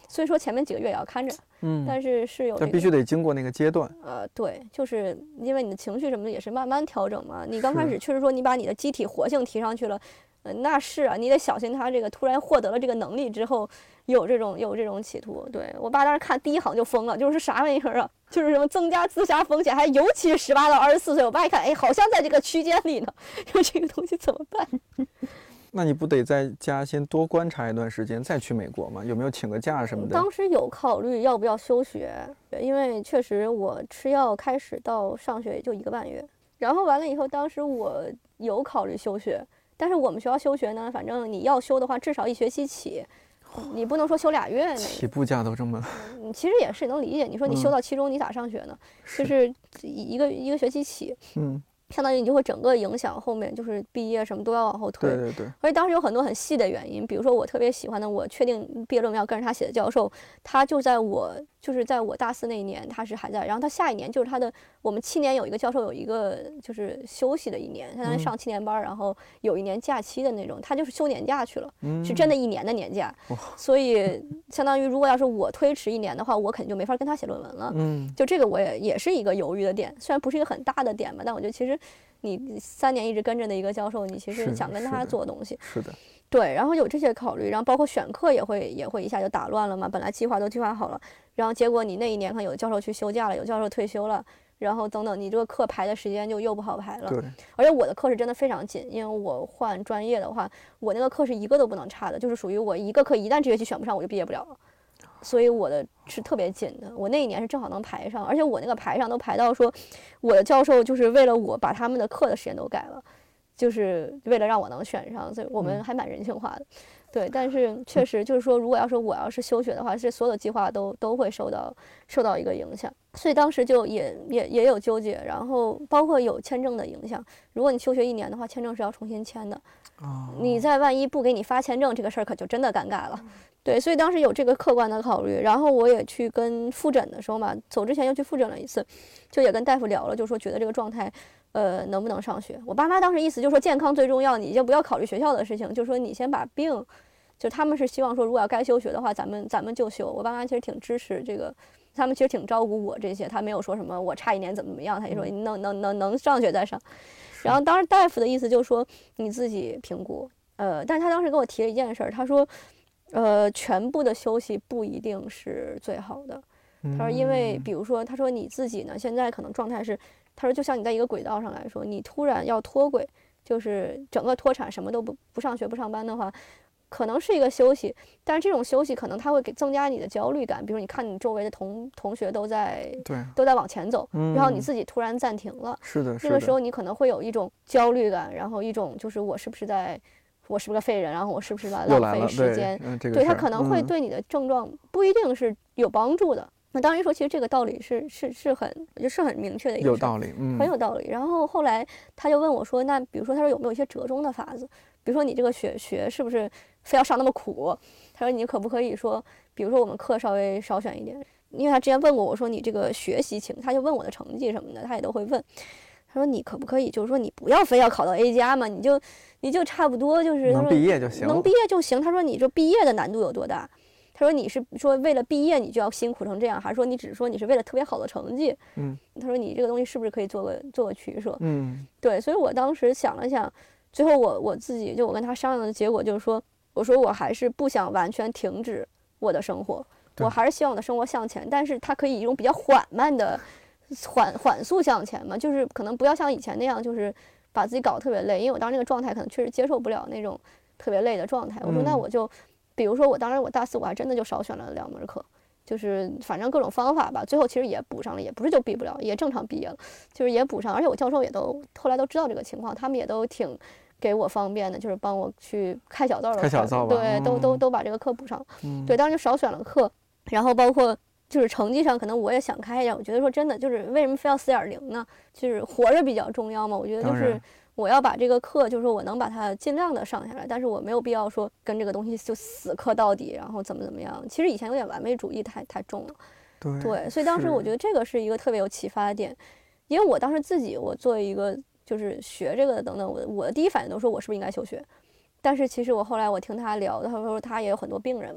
C: 所以说前面几个月也要看着，但是是有、这个，
B: 但必须得经过那个阶段。
C: 对，就是因为你的情绪什么的也是慢慢调整嘛。你刚开始确实说你把你的机体活性提上去了，那是啊，你得小心他这个突然获得了这个能力之后有这种企图。对，我爸当时看第一行就疯了，就是啥玩意儿啊？就是什么增加自杀风险，还尤其是18到24岁。我爸一看，哎，好像在这个区间里呢，说这个东西怎么办？
B: 那你不得在家先多观察一段时间，再去美国吗？有没有请个假什么的？
C: 当时有考虑要不要休学，因为确实我吃药开始到上学也就1个半月，然后完了以后，当时我有考虑休学，但是我们学校休学呢，反正你要休的话，至少1学期起，你不能说休2月。
B: 起步价都这么，
C: 其实也是能理解。你说你休到期中，你咋上学呢？就是一个学期起，相当于你就会整个影响后面就是毕业什么都要往后推。
B: 对对对。
C: 而且当时有很多很细的原因，比如说我特别喜欢的，我确定毕业论文要跟着他写的教授，他就在我大4那一年他是还在，然后他下一年就是我们7年有一个教授有一个就是休息的1年，相当于上7年班，然后有1年假期的那种，他就是休年假去了，是真的1年的年假。所以相当于如果要是我推迟1年的话，我肯定就没法跟他写论文了。就这个我也是一个犹豫的点，虽然不是一个很大的点吧，但我觉得其实你3年一直跟着的一个教授，你其实想跟他做东西。
B: 是的。
C: 对，然后有这些考虑，然后包括选课也会一下就打乱了嘛，本来计划都计划好了，然后结果你那一年可能有教授去休假了，有教授退休了，然后等等，你这个课排的时间就又不好排了。
B: 对。
C: 而且我的课是真的非常紧，因为我换专业的话，我那个课是一个都不能差的，就是属于我一个课一旦这学期选不上，我就毕业不了了。所以我的是特别紧的，我那一年是正好能排上，而且我那个排上都排到说，我的教授就是为了我把他们的课的时间都改了，就是为了让我能选上，所以我们还蛮人性化的。对，但是确实就是说，如果我要是休学的话，是所有的计划都会受到一个影响，所以当时就也有纠结，然后包括有签证的影响，如果你休学1年的话，签证是要重新签的。你在万一不给你发签证，这个事儿可就真的尴尬了。对，所以当时有这个客观的考虑，然后我也去跟复诊的时候嘛，走之前又去复诊了1次，就也跟大夫聊了，就说觉得这个状态，能不能上学？我爸妈当时意思就说健康最重要，你就不要考虑学校的事情，就说你先把病，就他们是希望说如果要该休学的话，咱们就休。我爸妈其实挺支持这个，他们其实挺照顾我这些，他没有说什么我差1年怎么样，他就说你能上学再上。然后当时大夫的意思就是说你自己评估，但是他当时跟我提了一件事儿，他说。全部的休息不一定是最好的。他说，因为比如说，他说你自己呢，现在可能状态是，他说就像你在一个轨道上来说，你突然要脱轨，就是整个脱产，什么都不上学不上班的话，可能是一个休息，但是这种休息可能它会增加你的焦虑感。比如你看你周围的同学都在往前走，然后你自己突然暂停了，
B: 是的，
C: 那个时候你可能会有一种焦虑感，然后一种就是我是不是个废人，然后我是不是在浪费时间？对，他可能会对你的症状不一定是有帮助的。那当然说，其实这个道理是很明确的一个，
B: 有道理，
C: 很有道理。然后后来他就问我说：“那比如说，他说有没有一些折中的法子？比如说你这个学是不是非要上那么苦？他说你可不可以说，比如说我们课稍微少选一点？因为他之前问过我说你这个学习情，他就问我的成绩什么的，他也都会问。他说你可不可以，就是说你不要非要考到 A 加嘛，你就差不多就是
B: 能毕业就行，
C: 能毕业就行。他说你这毕业的难度有多大？他说你是说为了毕业你就要辛苦成这样，还是说你只是说你是为了特别好的成绩？他说你这个东西是不是可以做个取舍？对，所以我当时想了想，最后我自己就我跟他商量的结果就是说，我说我还是不想完全停止我的生活，我还是希望我的生活向前，但是它可以以一种比较缓慢的缓速向前嘛，就是可能不要像以前那样，就是把自己搞得特别累，因为我当时那个状态可能确实接受不了那种特别累的状态。我说那我就，比如说我当时我大4我还真的就少选了2门课，就是反正各种方法吧，最后其实也补上了，也不是就毕不了，也正常毕业了，就是也补上。而且我教授也都后来都知道这个情况，他们也都挺给我方便的，就是帮我去开小灶的课，对，都把这个课补上。对，当时就少选了课，然后包括。就是成绩上可能我也想开一点，我觉得说真的就是为什么非要4.0呢？就是活着比较重要嘛。我觉得就是我要把这个课，就是说我能把它尽量的上下来，但是我没有必要说跟这个东西就死磕到底，然后怎么样。其实以前有点完美主义太重了，对，所以当时我觉得这个是一个特别有启发的点，因为我当时自己我作为一个就是学这个的等等，我的第一反应都说我是不是应该休学，但是其实我后来我听他聊，他说他也有很多病人嘛。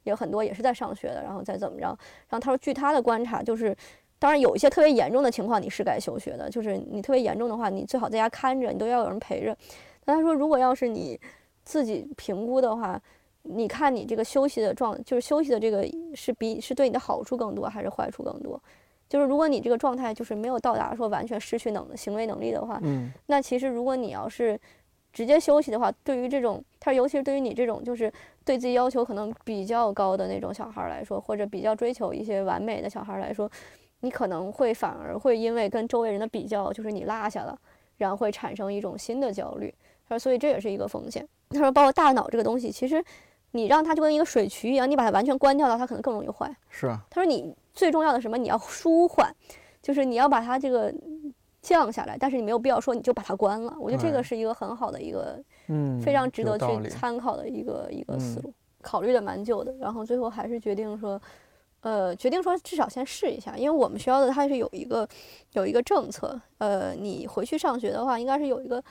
C: 也有很多也是在上学的，然后再怎么着。然后他说，据他的观察，就是当然有一些特别严重的情况，你是该休学的，就是你特别严重的话，你最好在家看着，你都要有人陪着。但他说，如果要是你自己评估的话，你看你这个休息的就是休息的这个是对你的好处更多还是坏处更多？就是如果你这个状态就是没有到达说完全失去行为能力的话，那其实如果你要是直接休息的话，对于这种他尤其是对于你这种就是对自己要求可能比较高的那种小孩来说，或者比较追求一些完美的小孩来说，你可能反而会因为跟周围人的比较，就是你落下了，然后会产生一种新的焦虑。他说，所以这也是一个风险。他说，包括大脑这个东西，其实你让它就跟一个水渠一样，你把它完全关掉了，它可能更容易坏。
B: 是啊。
C: 他说，你最重要的什么？你要舒缓，就是你要把它这个降下来，但是你没有必要说你就把它关了。我觉得这个是一个很好的一个，非常值得去参考的一个思路。考虑的蛮久的，然后最后还是决定说至少先试一下，因为我们学校的它是有一个政策，你回去上学的话，应该是有一个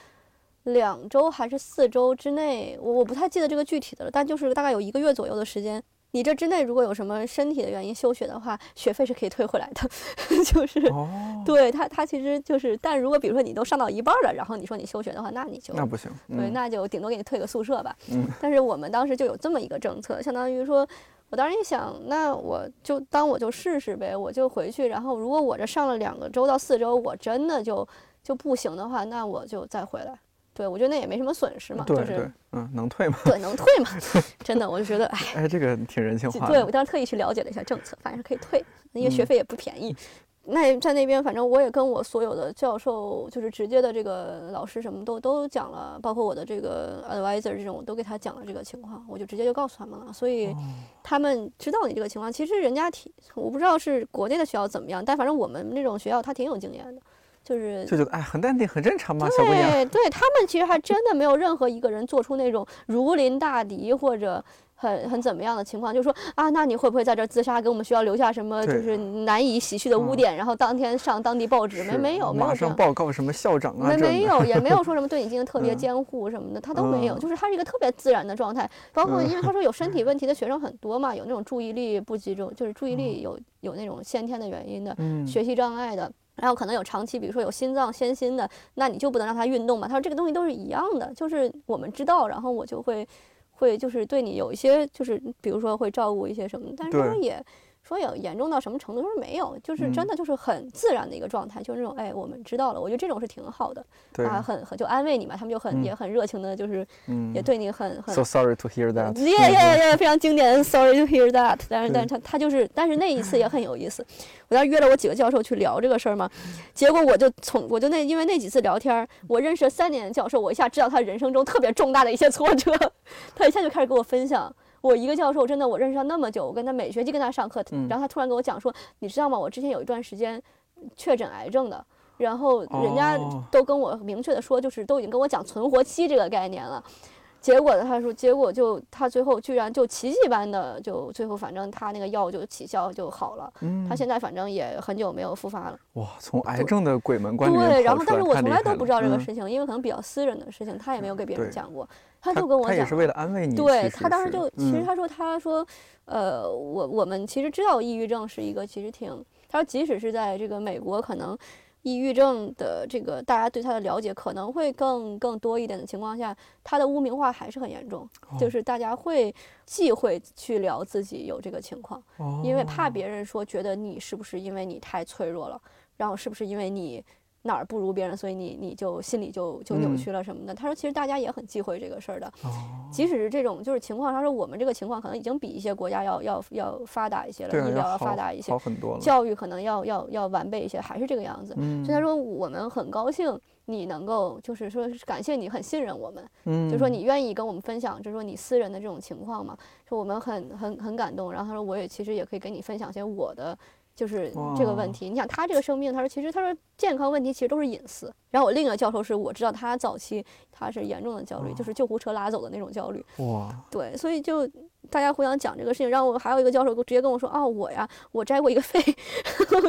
C: 2周还是4周之内，我不太记得这个具体的了，但就是大概有1个月左右的时间。你这之内如果有什么身体的原因休学的话，学费是可以退回来的，就是对他其实就是，但如果比如说你都上到一半了，然后你说你休学的话，那不行，对，那就顶多给你退个宿舍吧。但是我们当时就有这么一个政策，相当于说，我当时一想，那我就试试呗，我就回去，然后如果我这上了2个周到4周，我真的就不行的话，那我就再回来。对，我觉得那也没什么损失嘛，
B: 对，
C: 就是
B: 能退吗？
C: 对，能退嘛，真的，我就觉得，
B: 这个挺人性化的。
C: 对，我当时特意去了解了一下政策，反正是可以退，因为学费也不便宜。那在那边，反正我也跟我所有的教授，就是直接的这个老师什么都讲了，包括我的这个 advisor 这种，我都给他讲了这个情况，我就直接就告诉他们了，所以他们知道你这个情况。其实人家我不知道是国内的学校怎么样，但反正我们那种学校他挺有经验的。就觉得
B: 很淡定很正常嘛，小姑娘。
C: 对，他们其实还真的没有任何一个人做出那种如临大敌或者很怎么样的情况，就是说啊，那你会不会在这自杀，给我们学校留下什么就是难以洗去的污点，然后当天上当地报纸？没有，
B: 马上报告什么校长啊？
C: 没有，也没有说什么对你进行特别监护什么的，他都没有，就是他是一个特别自然的状态。包括因为他说有身体问题的学生很多嘛，有那种注意力不集中，就是注意力有那种先天的原因的，学习障碍的。然后可能有长期，比如说有心脏先心的，那你就不能让他运动嘛？他说这个东西都是一样的，就是我们知道，然后我就会就是对你有一些，就是比如说会照顾一些什么，但是也说有严重到什么程度，说没有，就是真的就是很自然的一个状态，就是那种哎，我们知道了，我觉得这种是挺好的，啊，很就安慰你嘛，他们就也很热情的，就是也对你很
B: So sorry to hear that，
C: yeah， 非常经典 ，Sorry to hear that， 但是他就是，但是那一次也很有意思，我当时约了我几个教授去聊这个事儿嘛，结果我就因为那几次聊天，我认识了3年的教授，我一下知道他人生中特别重大的一些挫折，他一下就开始给我分享。我一个教授真的，我认识他那么久，我跟他每学期跟他上课，然后他突然跟我讲说，你知道吗？我之前有一段时间确诊癌症的，然后人家都跟我明确的说，就是都已经跟我讲存活期这个概念了。结果他最后居然就奇迹般的就最后反正他那个药就起效就好了，他现在反正也很久没有复发了。
B: 哇，从癌症的鬼门关里面
C: 对，然后但是我从来都不知道这个事情，因为可能比较私人的事情，他也没有给别人讲过。他就跟我讲，
B: 他也是为了安慰你。
C: 对，他当时就其实他说，我们其实知道抑郁症是一个其实他说即使是在这个美国，可能抑郁症的这个大家对他的了解可能会更多一点的情况下，他的污名化还是很严重，就是大家会忌讳去聊自己有这个情况，因为怕别人说觉得你是不是因为你太脆弱了，然后是不是因为你哪儿不如别人，所以你就心里就扭曲了什么的。他说其实大家也很忌讳这个事儿的，即使是这种就是情况，他说我们这个情况可能已经比一些国家要发达一些了，医疗要发达一些，
B: 好很多了，
C: 教育可能要完备一些，还是这个样子。所以他说我们很高兴你能够就是说感谢你很信任我们，就是说你愿意跟我们分享，就是说你私人的这种情况嘛，说我们很感动。然后他说我也其实也可以跟你分享些我的。就是这个问题，你想他这个生病，他说健康问题其实都是隐私。然后我另一个教授是我知道他早期他是严重的焦虑，就是救护车拉走的那种焦虑。
B: 哇，
C: 对，所以就大家互相讲这个事情。然后我还有一个教授直接跟我说，我摘过一个肺，我就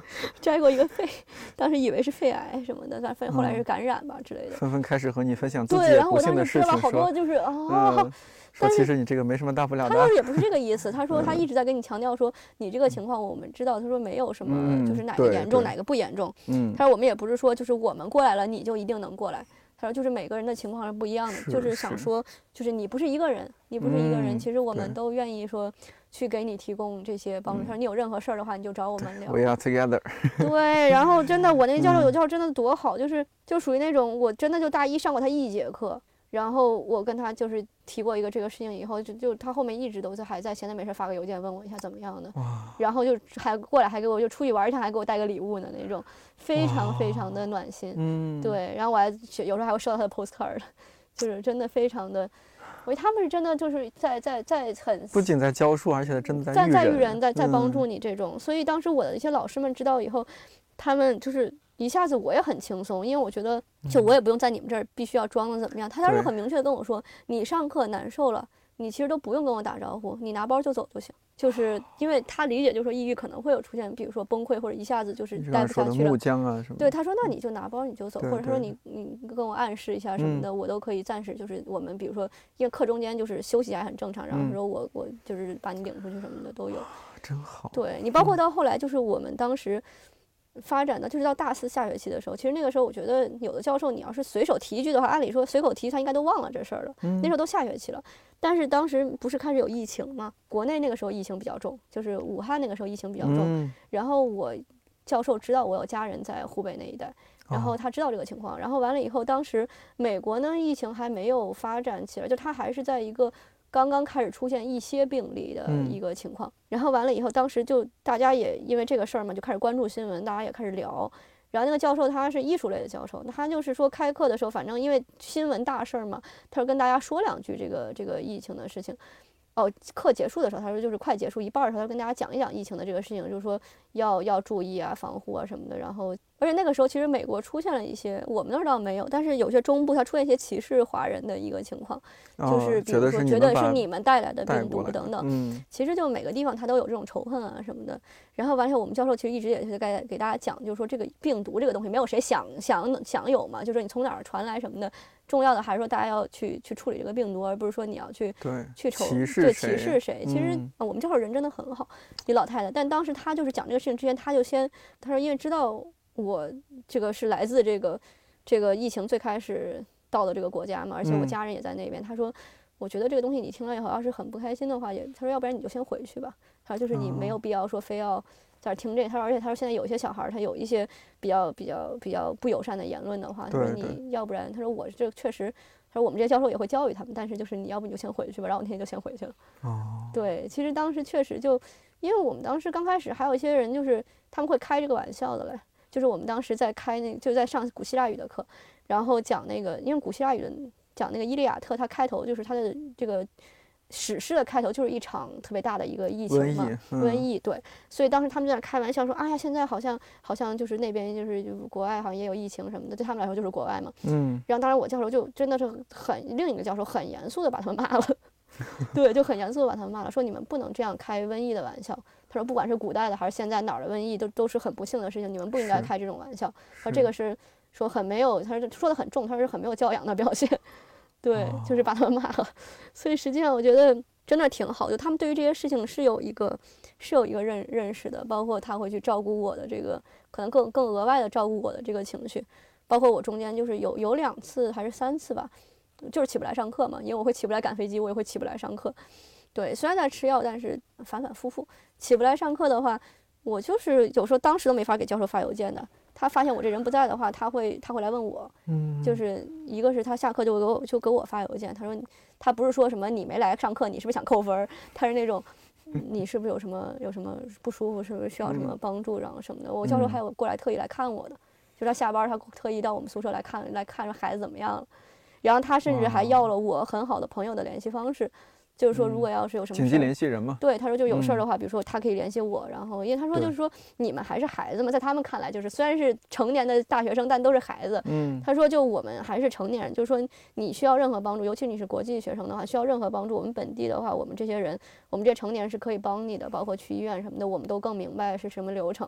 C: 摘过一个肺，当时以为是肺癌什么的，但后来是感染吧之类的。
B: 纷纷开始和你分享自己
C: 对，然后
B: 不
C: 我当
B: 幸的事情，
C: 时说了好多就是
B: 说其实你这个没什么大不了的。
C: 他说也不是这个意思，他说他一直在跟你强调说你这个情况我们知道，他说没有什么就是哪个严重哪个不严重。他说我们也不是说就是我们过来了你就一定能过来。他说就是每个人的情况是不一样的，就是想说就是你不是一个人，你不是一个人，其实我们都愿意说去给你提供这些帮助。他说你有任何事儿的话你就找我们聊。
B: We are together
C: 对，然后真的我那教授有教授真的多好，就属于那种我真的就大一上过他1节课。然后我跟他就是提过一个这个事情以后，就他后面一直都还在闲着没事发个邮件问我一下怎么样的，然后就还过来还给我就出去玩一趟还给我带个礼物呢那种，非常非常的暖心。对，然后我还有时候还会收到他的 postcard， 就是真的非常的，我觉得他们是真的就是在很
B: 不仅在教书，而且真的
C: 在育人，在帮助你这种。所以当时我的一些老师们知道以后，他们就是一下子我也很轻松，因为我觉得就我也不用在你们这儿必须要装的怎么样。他当时很明确的跟我说，你上课难受了，你其实都不用跟我打招呼，你拿包就走就行。就是因为他理解就是说抑郁可能会有出现比如说崩溃或者一下子就是待不下去了，
B: 木僵啊什么。
C: 对，他说那你就拿包你就走，或者他说你跟我暗示一下什么的，我都可以暂时就是我们比如说因为课中间就是休息一下很正常，然后说我就是把你领出去什么的都有。
B: 真好。
C: 对，你包括到后来就是我们当时发展的就是到大4下学期的时候，其实那个时候我觉得有的教授你要是随手提一句的话，按理说随口提他应该都忘了这事儿了。那时候都下学期了，但是当时不是开始有疫情吗？国内那个时候疫情比较重，就是武汉那个时候疫情比较重。然后我教授知道我有家人在湖北那一带，然后他知道这个情况，然后完了以后，当时美国呢疫情还没有发展起来，就他还是在一个刚刚开始出现一些病例的一个情况。然后完了以后，当时就大家也因为这个事儿嘛，就开始关注新闻，大家也开始聊。然后那个教授他是艺术类的教授，他就是说开课的时候，反正因为新闻大事儿嘛，他就跟大家说2句这个疫情的事情。课结束的时候，他说就是快结束一半的时候，他跟大家讲一讲疫情的这个事情，就是说要注意啊、防护啊什么的。然后，而且那个时候其实美国出现了一些，我们那儿倒没有，但是有些中部它出现一些歧视华人的一个情况，就是比如说觉得是你们带来的病毒等等。其实就每个地方它都有这种仇恨啊什么的。然后完事我们教授其实一直也是给大家讲，就是说这个病毒这个东西没有谁想有嘛，就是说你从哪儿传来什么的。重要的还是说大家要去处理这个病毒，而不是说你要去歧视谁。其实我们教授人真的很好，一老太太。但当时她就是讲这个事情之前，她说因为知道我这个是来自这个疫情最开始到的这个国家嘛，而且我家人也在那边。她说我觉得这个东西你听了以后要是很不开心的话，她说要不然你就先回去吧。她说就是你没有必要说非要在这听这个。他说，而且他说现在有些小孩他有一些比较不友善的言论的话，他说你要不然，他说我这确实，他说我们这些教授也会教育他们，但是就是你要不你就先回去吧。然后我那天就先回去了。对，其实当时确实就，因为我们当时刚开始还有一些人就是他们会开这个玩笑的嘞，就是我们当时在开就在上古希腊语的课，然后讲那个，因为古希腊语的讲那个伊利亚特，它开头就是它的这个。史诗的开头就是一场特别大的一个疫情嘛，瘟疫，对，所以当时他们在那开玩笑说，哎呀，现在好像就是那边就是国外好像也有疫情什么的，对他们来说就是国外嘛，然后当然我教授就真的是另一个教授很严肃的把他们骂了，对，就很严肃的把他们骂了，说你们不能这样开瘟疫的玩笑，他说不管是古代的还是现在哪儿的瘟疫都是很不幸的事情，你们不应该开这种玩笑，说这个是说很没有，他说的很重，他说是很没有教养的表现。对，就是把他们骂了，所以实际上我觉得真的挺好，就他们对于这些事情是有一个认识的，包括他会去照顾我的这个，可能更额外的照顾我的这个情绪，包括我中间就是有2次还是3次吧，就是起不来上课嘛，因为我会起不来赶飞机，我也会起不来上课。对，虽然在吃药，但是反复复起不来上课的话，我就是有时候当时都没法给教授发邮件的。他发现我这人不在的话，他会来问我，就是一个是他下课就给我发邮件，他说他不是说什么你没来上课，你是不是想扣分？他是那种你是不是有什么不舒服，是不是需要什么帮助，然后什么的。我教授还有过来特意来看我的，就他下班他特意到我们宿舍来看说孩子怎么样了，然后他甚至还要了我很好的朋友的联系方式。就是说，如果要是有什么
B: 紧急联系人嘛，
C: 对，他说就有事儿的话，比如说他可以联系我，然后因为他说就是说你们还是孩子嘛，在他们看来就是虽然是成年的大学生，但都是孩子。他说就我们还是成年人，就是说你需要任何帮助，尤其你是国际学生的话，需要任何帮助，我们本地的话，我们这些人，我们这些成年人是可以帮你的，包括去医院什么的，我们都更明白是什么流程。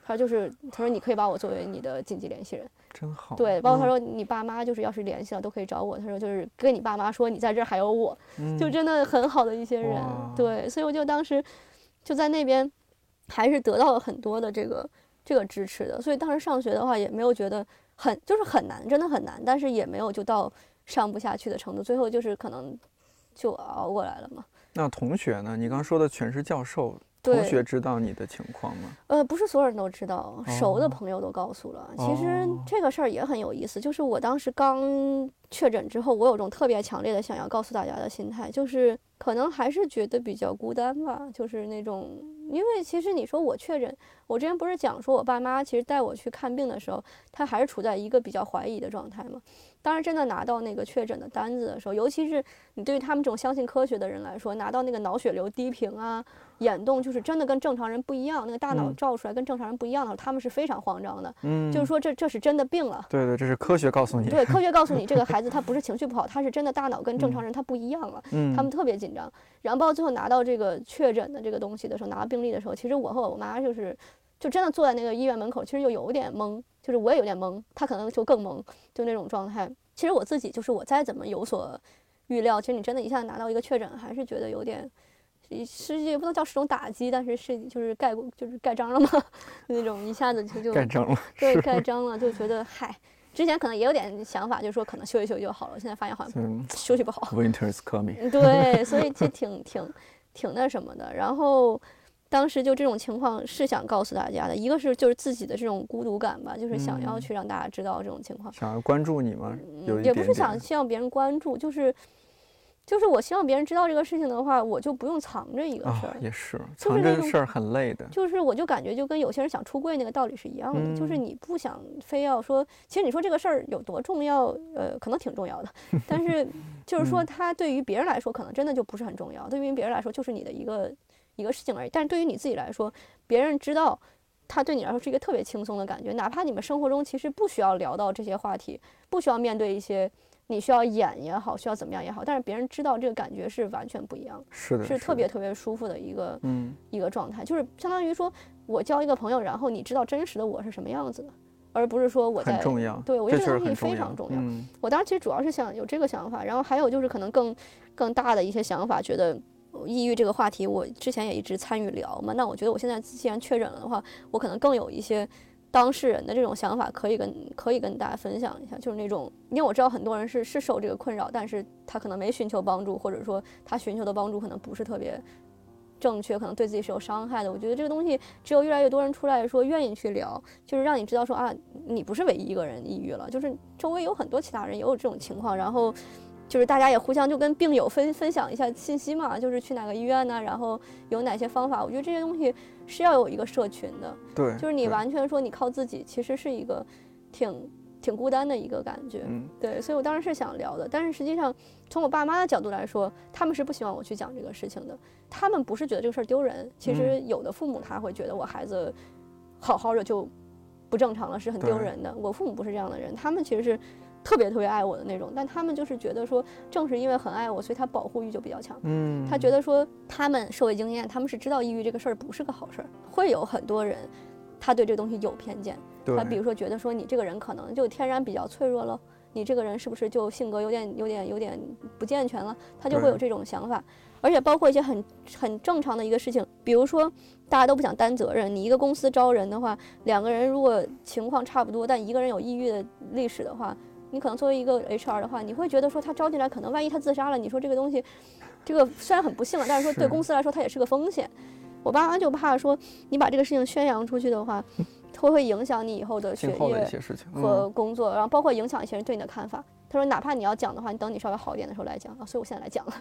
C: 他说你可以把我作为你的紧急联系人，
B: 真好。
C: 对，包括他说你爸妈就是要是联系了都可以找我，他说就是跟你爸妈说你在这儿还有我，就真的很好的一些人，对，所以我就当时就在那边还是得到了很多的这个支持的，所以当时上学的话也没有觉得就是很难，真的很难，但是也没有就到上不下去的程度，最后就是可能就熬过来了嘛。
B: 那同学呢？你刚说的全是教授，同学知道你的情况吗？
C: 不是所有人都知道，熟的朋友都告诉了。其实这个事儿也很有意思，就是我当时刚确诊之后，我有种特别强烈的想要告诉大家的心态，就是可能还是觉得比较孤单吧，就是那种，因为其实你说我确诊，我之前不是讲说我爸妈其实带我去看病的时候，他还是处在一个比较怀疑的状态嘛。当然，真的拿到那个确诊的单子的时候，尤其是你对于他们这种相信科学的人来说，拿到那个脑血流低频啊、眼动，就是真的跟正常人不一样，那个大脑照出来跟正常人不一样的时候，他们是非常慌张的。就是说这是真的病了。
B: 对对，这是科学告诉你。
C: 对，科学告诉你这个孩子他不是情绪不好，他是真的大脑跟正常人他不一样了。他们特别紧张。然后包括最后拿到这个确诊的这个东西的时候，拿到病历的时候，其实我和我妈就真的坐在那个医院门口，其实就有点懵，就是我也有点懵，他可能就更懵，就那种状态。其实我自己就是我再怎么有所预料，其实你真的一下拿到一个确诊，还是觉得有点，也不能叫是种打击，但是就是盖章了嘛，那种一下子就
B: 盖章了，
C: 对，盖章了，就觉得嗨。之前可能也有点想法，就是说可能休息休息就好了，现在发现好像休息不好。
B: Winter is coming。
C: 对，所以就挺那什么的。然后当时就这种情况是想告诉大家的，一个是就是自己的这种孤独感吧，就是想要去让大家知道这种情况。
B: 想要关注你吗？
C: 也不是希望别人关注，就是我希望别人知道这个事情的话，我就不用藏着一个事儿。
B: 也是，藏着事儿很累的。
C: 就是我就感觉就跟有些人想出柜那个道理是一样的，就是你不想非要说，其实你说这个事儿有多重要，可能挺重要的，但是就是说它对于别人来说可能真的就不是很重要，对于别人来说就是你的一个事情而已。但是对于你自己来说，别人知道，它对你来说是一个特别轻松的感觉，哪怕你们生活中其实不需要聊到这些话题，不需要面对一些。你需要演也好，需要怎么样也好，但是别人知道这个感觉是完全不一样的，
B: 是的，
C: 是特别特别舒服的一个状态，就是相当于说我交一个朋友，然后你知道真实的我是什么样子的，而不是说我在
B: 很重要，
C: 对我觉得这个东西非常重要。我当时其实主要是想有这个想法，然后还有就是可能更大的一些想法，觉得抑郁这个话题，我之前也一直参与聊嘛，那我觉得我现在既然确诊了的话，我可能更有一些。当事人的这种想法可以跟大家分享一下，就是那种，因为我知道很多人是受这个困扰，但是他可能没寻求帮助，或者说他寻求的帮助可能不是特别正确，可能对自己是有伤害的。我觉得这个东西只有越来越多人出来说愿意去聊，就是让你知道说啊，你不是唯一一个人抑郁了，就是周围有很多其他人也有这种情况，然后就是大家也互相就跟病友分享一下信息嘛，就是去哪个医院呢，然后有哪些方法。我觉得这些东西是要有一个社群的，
B: 对，
C: 就是你完全说你靠自己，其实是一个挺孤单的一个感觉，对。所以我当时是想聊的，但是实际上从我爸妈的角度来说，他们是不希望我去讲这个事情的，他们不是觉得这个事儿丢人，其实有的父母他会觉得我孩子好好的就不正常了是很丢人的，我父母不是这样的人，他们其实是特别特别爱我的那种，但他们就是觉得说，正是因为很爱我，所以他保护欲就比较强。他觉得说他们社会经验，他们是知道抑郁这个事儿不是个好事儿，会有很多人，他对这个东西有偏见。他比如说觉得说你这个人可能就天然比较脆弱了，你这个人是不是就性格有点不健全了？他就会有这种想法。而且包括一些很正常的一个事情，比如说大家都不想担责任，你一个公司招人的话，两个人如果情况差不多，但一个人有抑郁的历史的话。你可能作为一个 HR 的话，你会觉得说他招进来，可能万一他自杀了，你说这个东西，这个虽然很不幸了，但是说对公司来说它也是个风险。我爸妈就怕说你把这个事情宣扬出去的话，会影响你以后的学业和工作，然后包括影响一些人对你的看法。他说哪怕你要讲的话，你等你稍微好一点的时候来讲啊，所以我现在来讲了。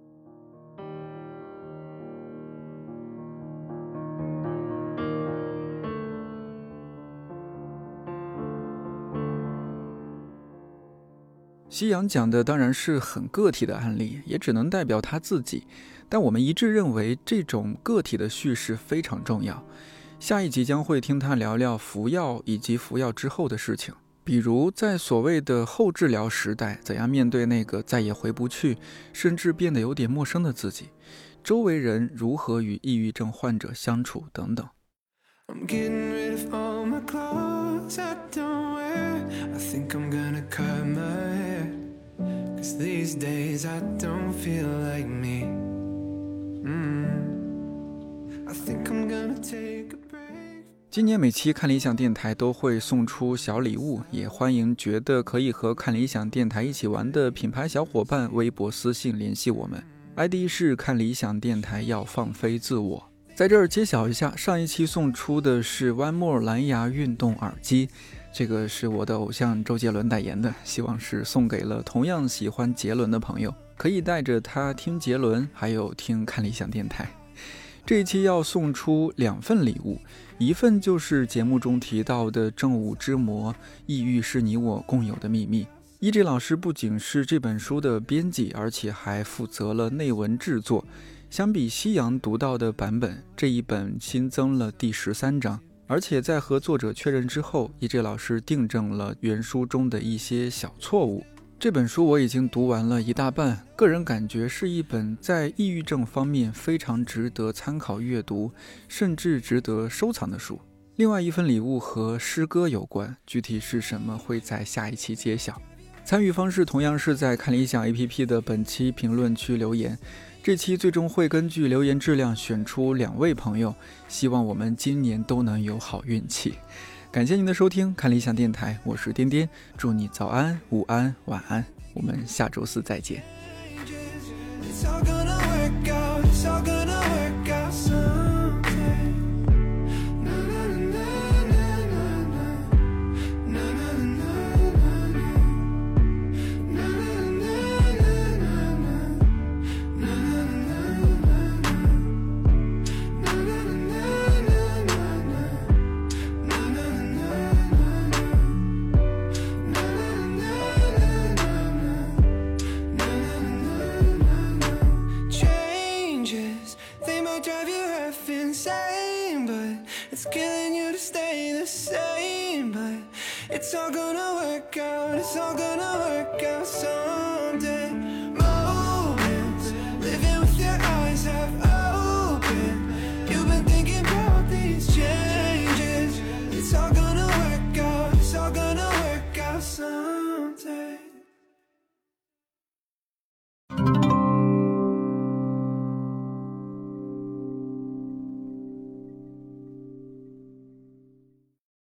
B: 夕阳讲的当然是很个体的案例，也只能代表他自己，但我们一致认为这种个体的叙事非常重要。下一集将会听他聊聊服药以及服药之后的事情，比如在所谓的后治疗时代，怎样面对那个再也回不去，甚至变得有点陌生的自己，周围人如何与抑郁症患者相处等等。
A: I'm getting rid of all my clothes I don't wear. I think I'm gonna cut my hair, 'cause these days I don't feel like me. I think I'm gonna take a break.
B: 今年每期看理想电台都会送出小礼物，也欢迎觉得可以和看理想电台一起玩的品牌小伙伴微博私信联系我们， ID 是看理想电台要放飞自我。在这儿揭晓一下，上一期送出的是 One More 蓝牙运动耳机，这个是我的偶像周杰伦代言的，希望是送给了同样喜欢杰伦的朋友，可以带着他听杰伦，还有听看理想电台。这一期要送出2份礼物，一份就是节目中提到的正午之魔，抑郁是你我共有的秘密。EJ 老师不仅是这本书的编辑，而且还负责了内文制作。相比西洋读到的版本，这一本新增了第13章，而且在和作者确认之后， EJ 老师订正了原书中的一些小错误。这本书我已经读完了一大半，个人感觉是一本在抑郁症方面非常值得参考阅读，甚至值得收藏的书。另外一份礼物和诗歌有关，具体是什么会在下一期揭晓。参与方式同样是在看理想 APP 的本期评论区留言，这期最终会根据留言质量选出2位朋友，希望我们今年都能有好运气。感谢您的收听，看理想电台，我是颠颠，祝你早安、午安、晚安，我们下周4再见。
A: It's killing you to stay the same, but it's all gonna work out, it's all gonna work out someday.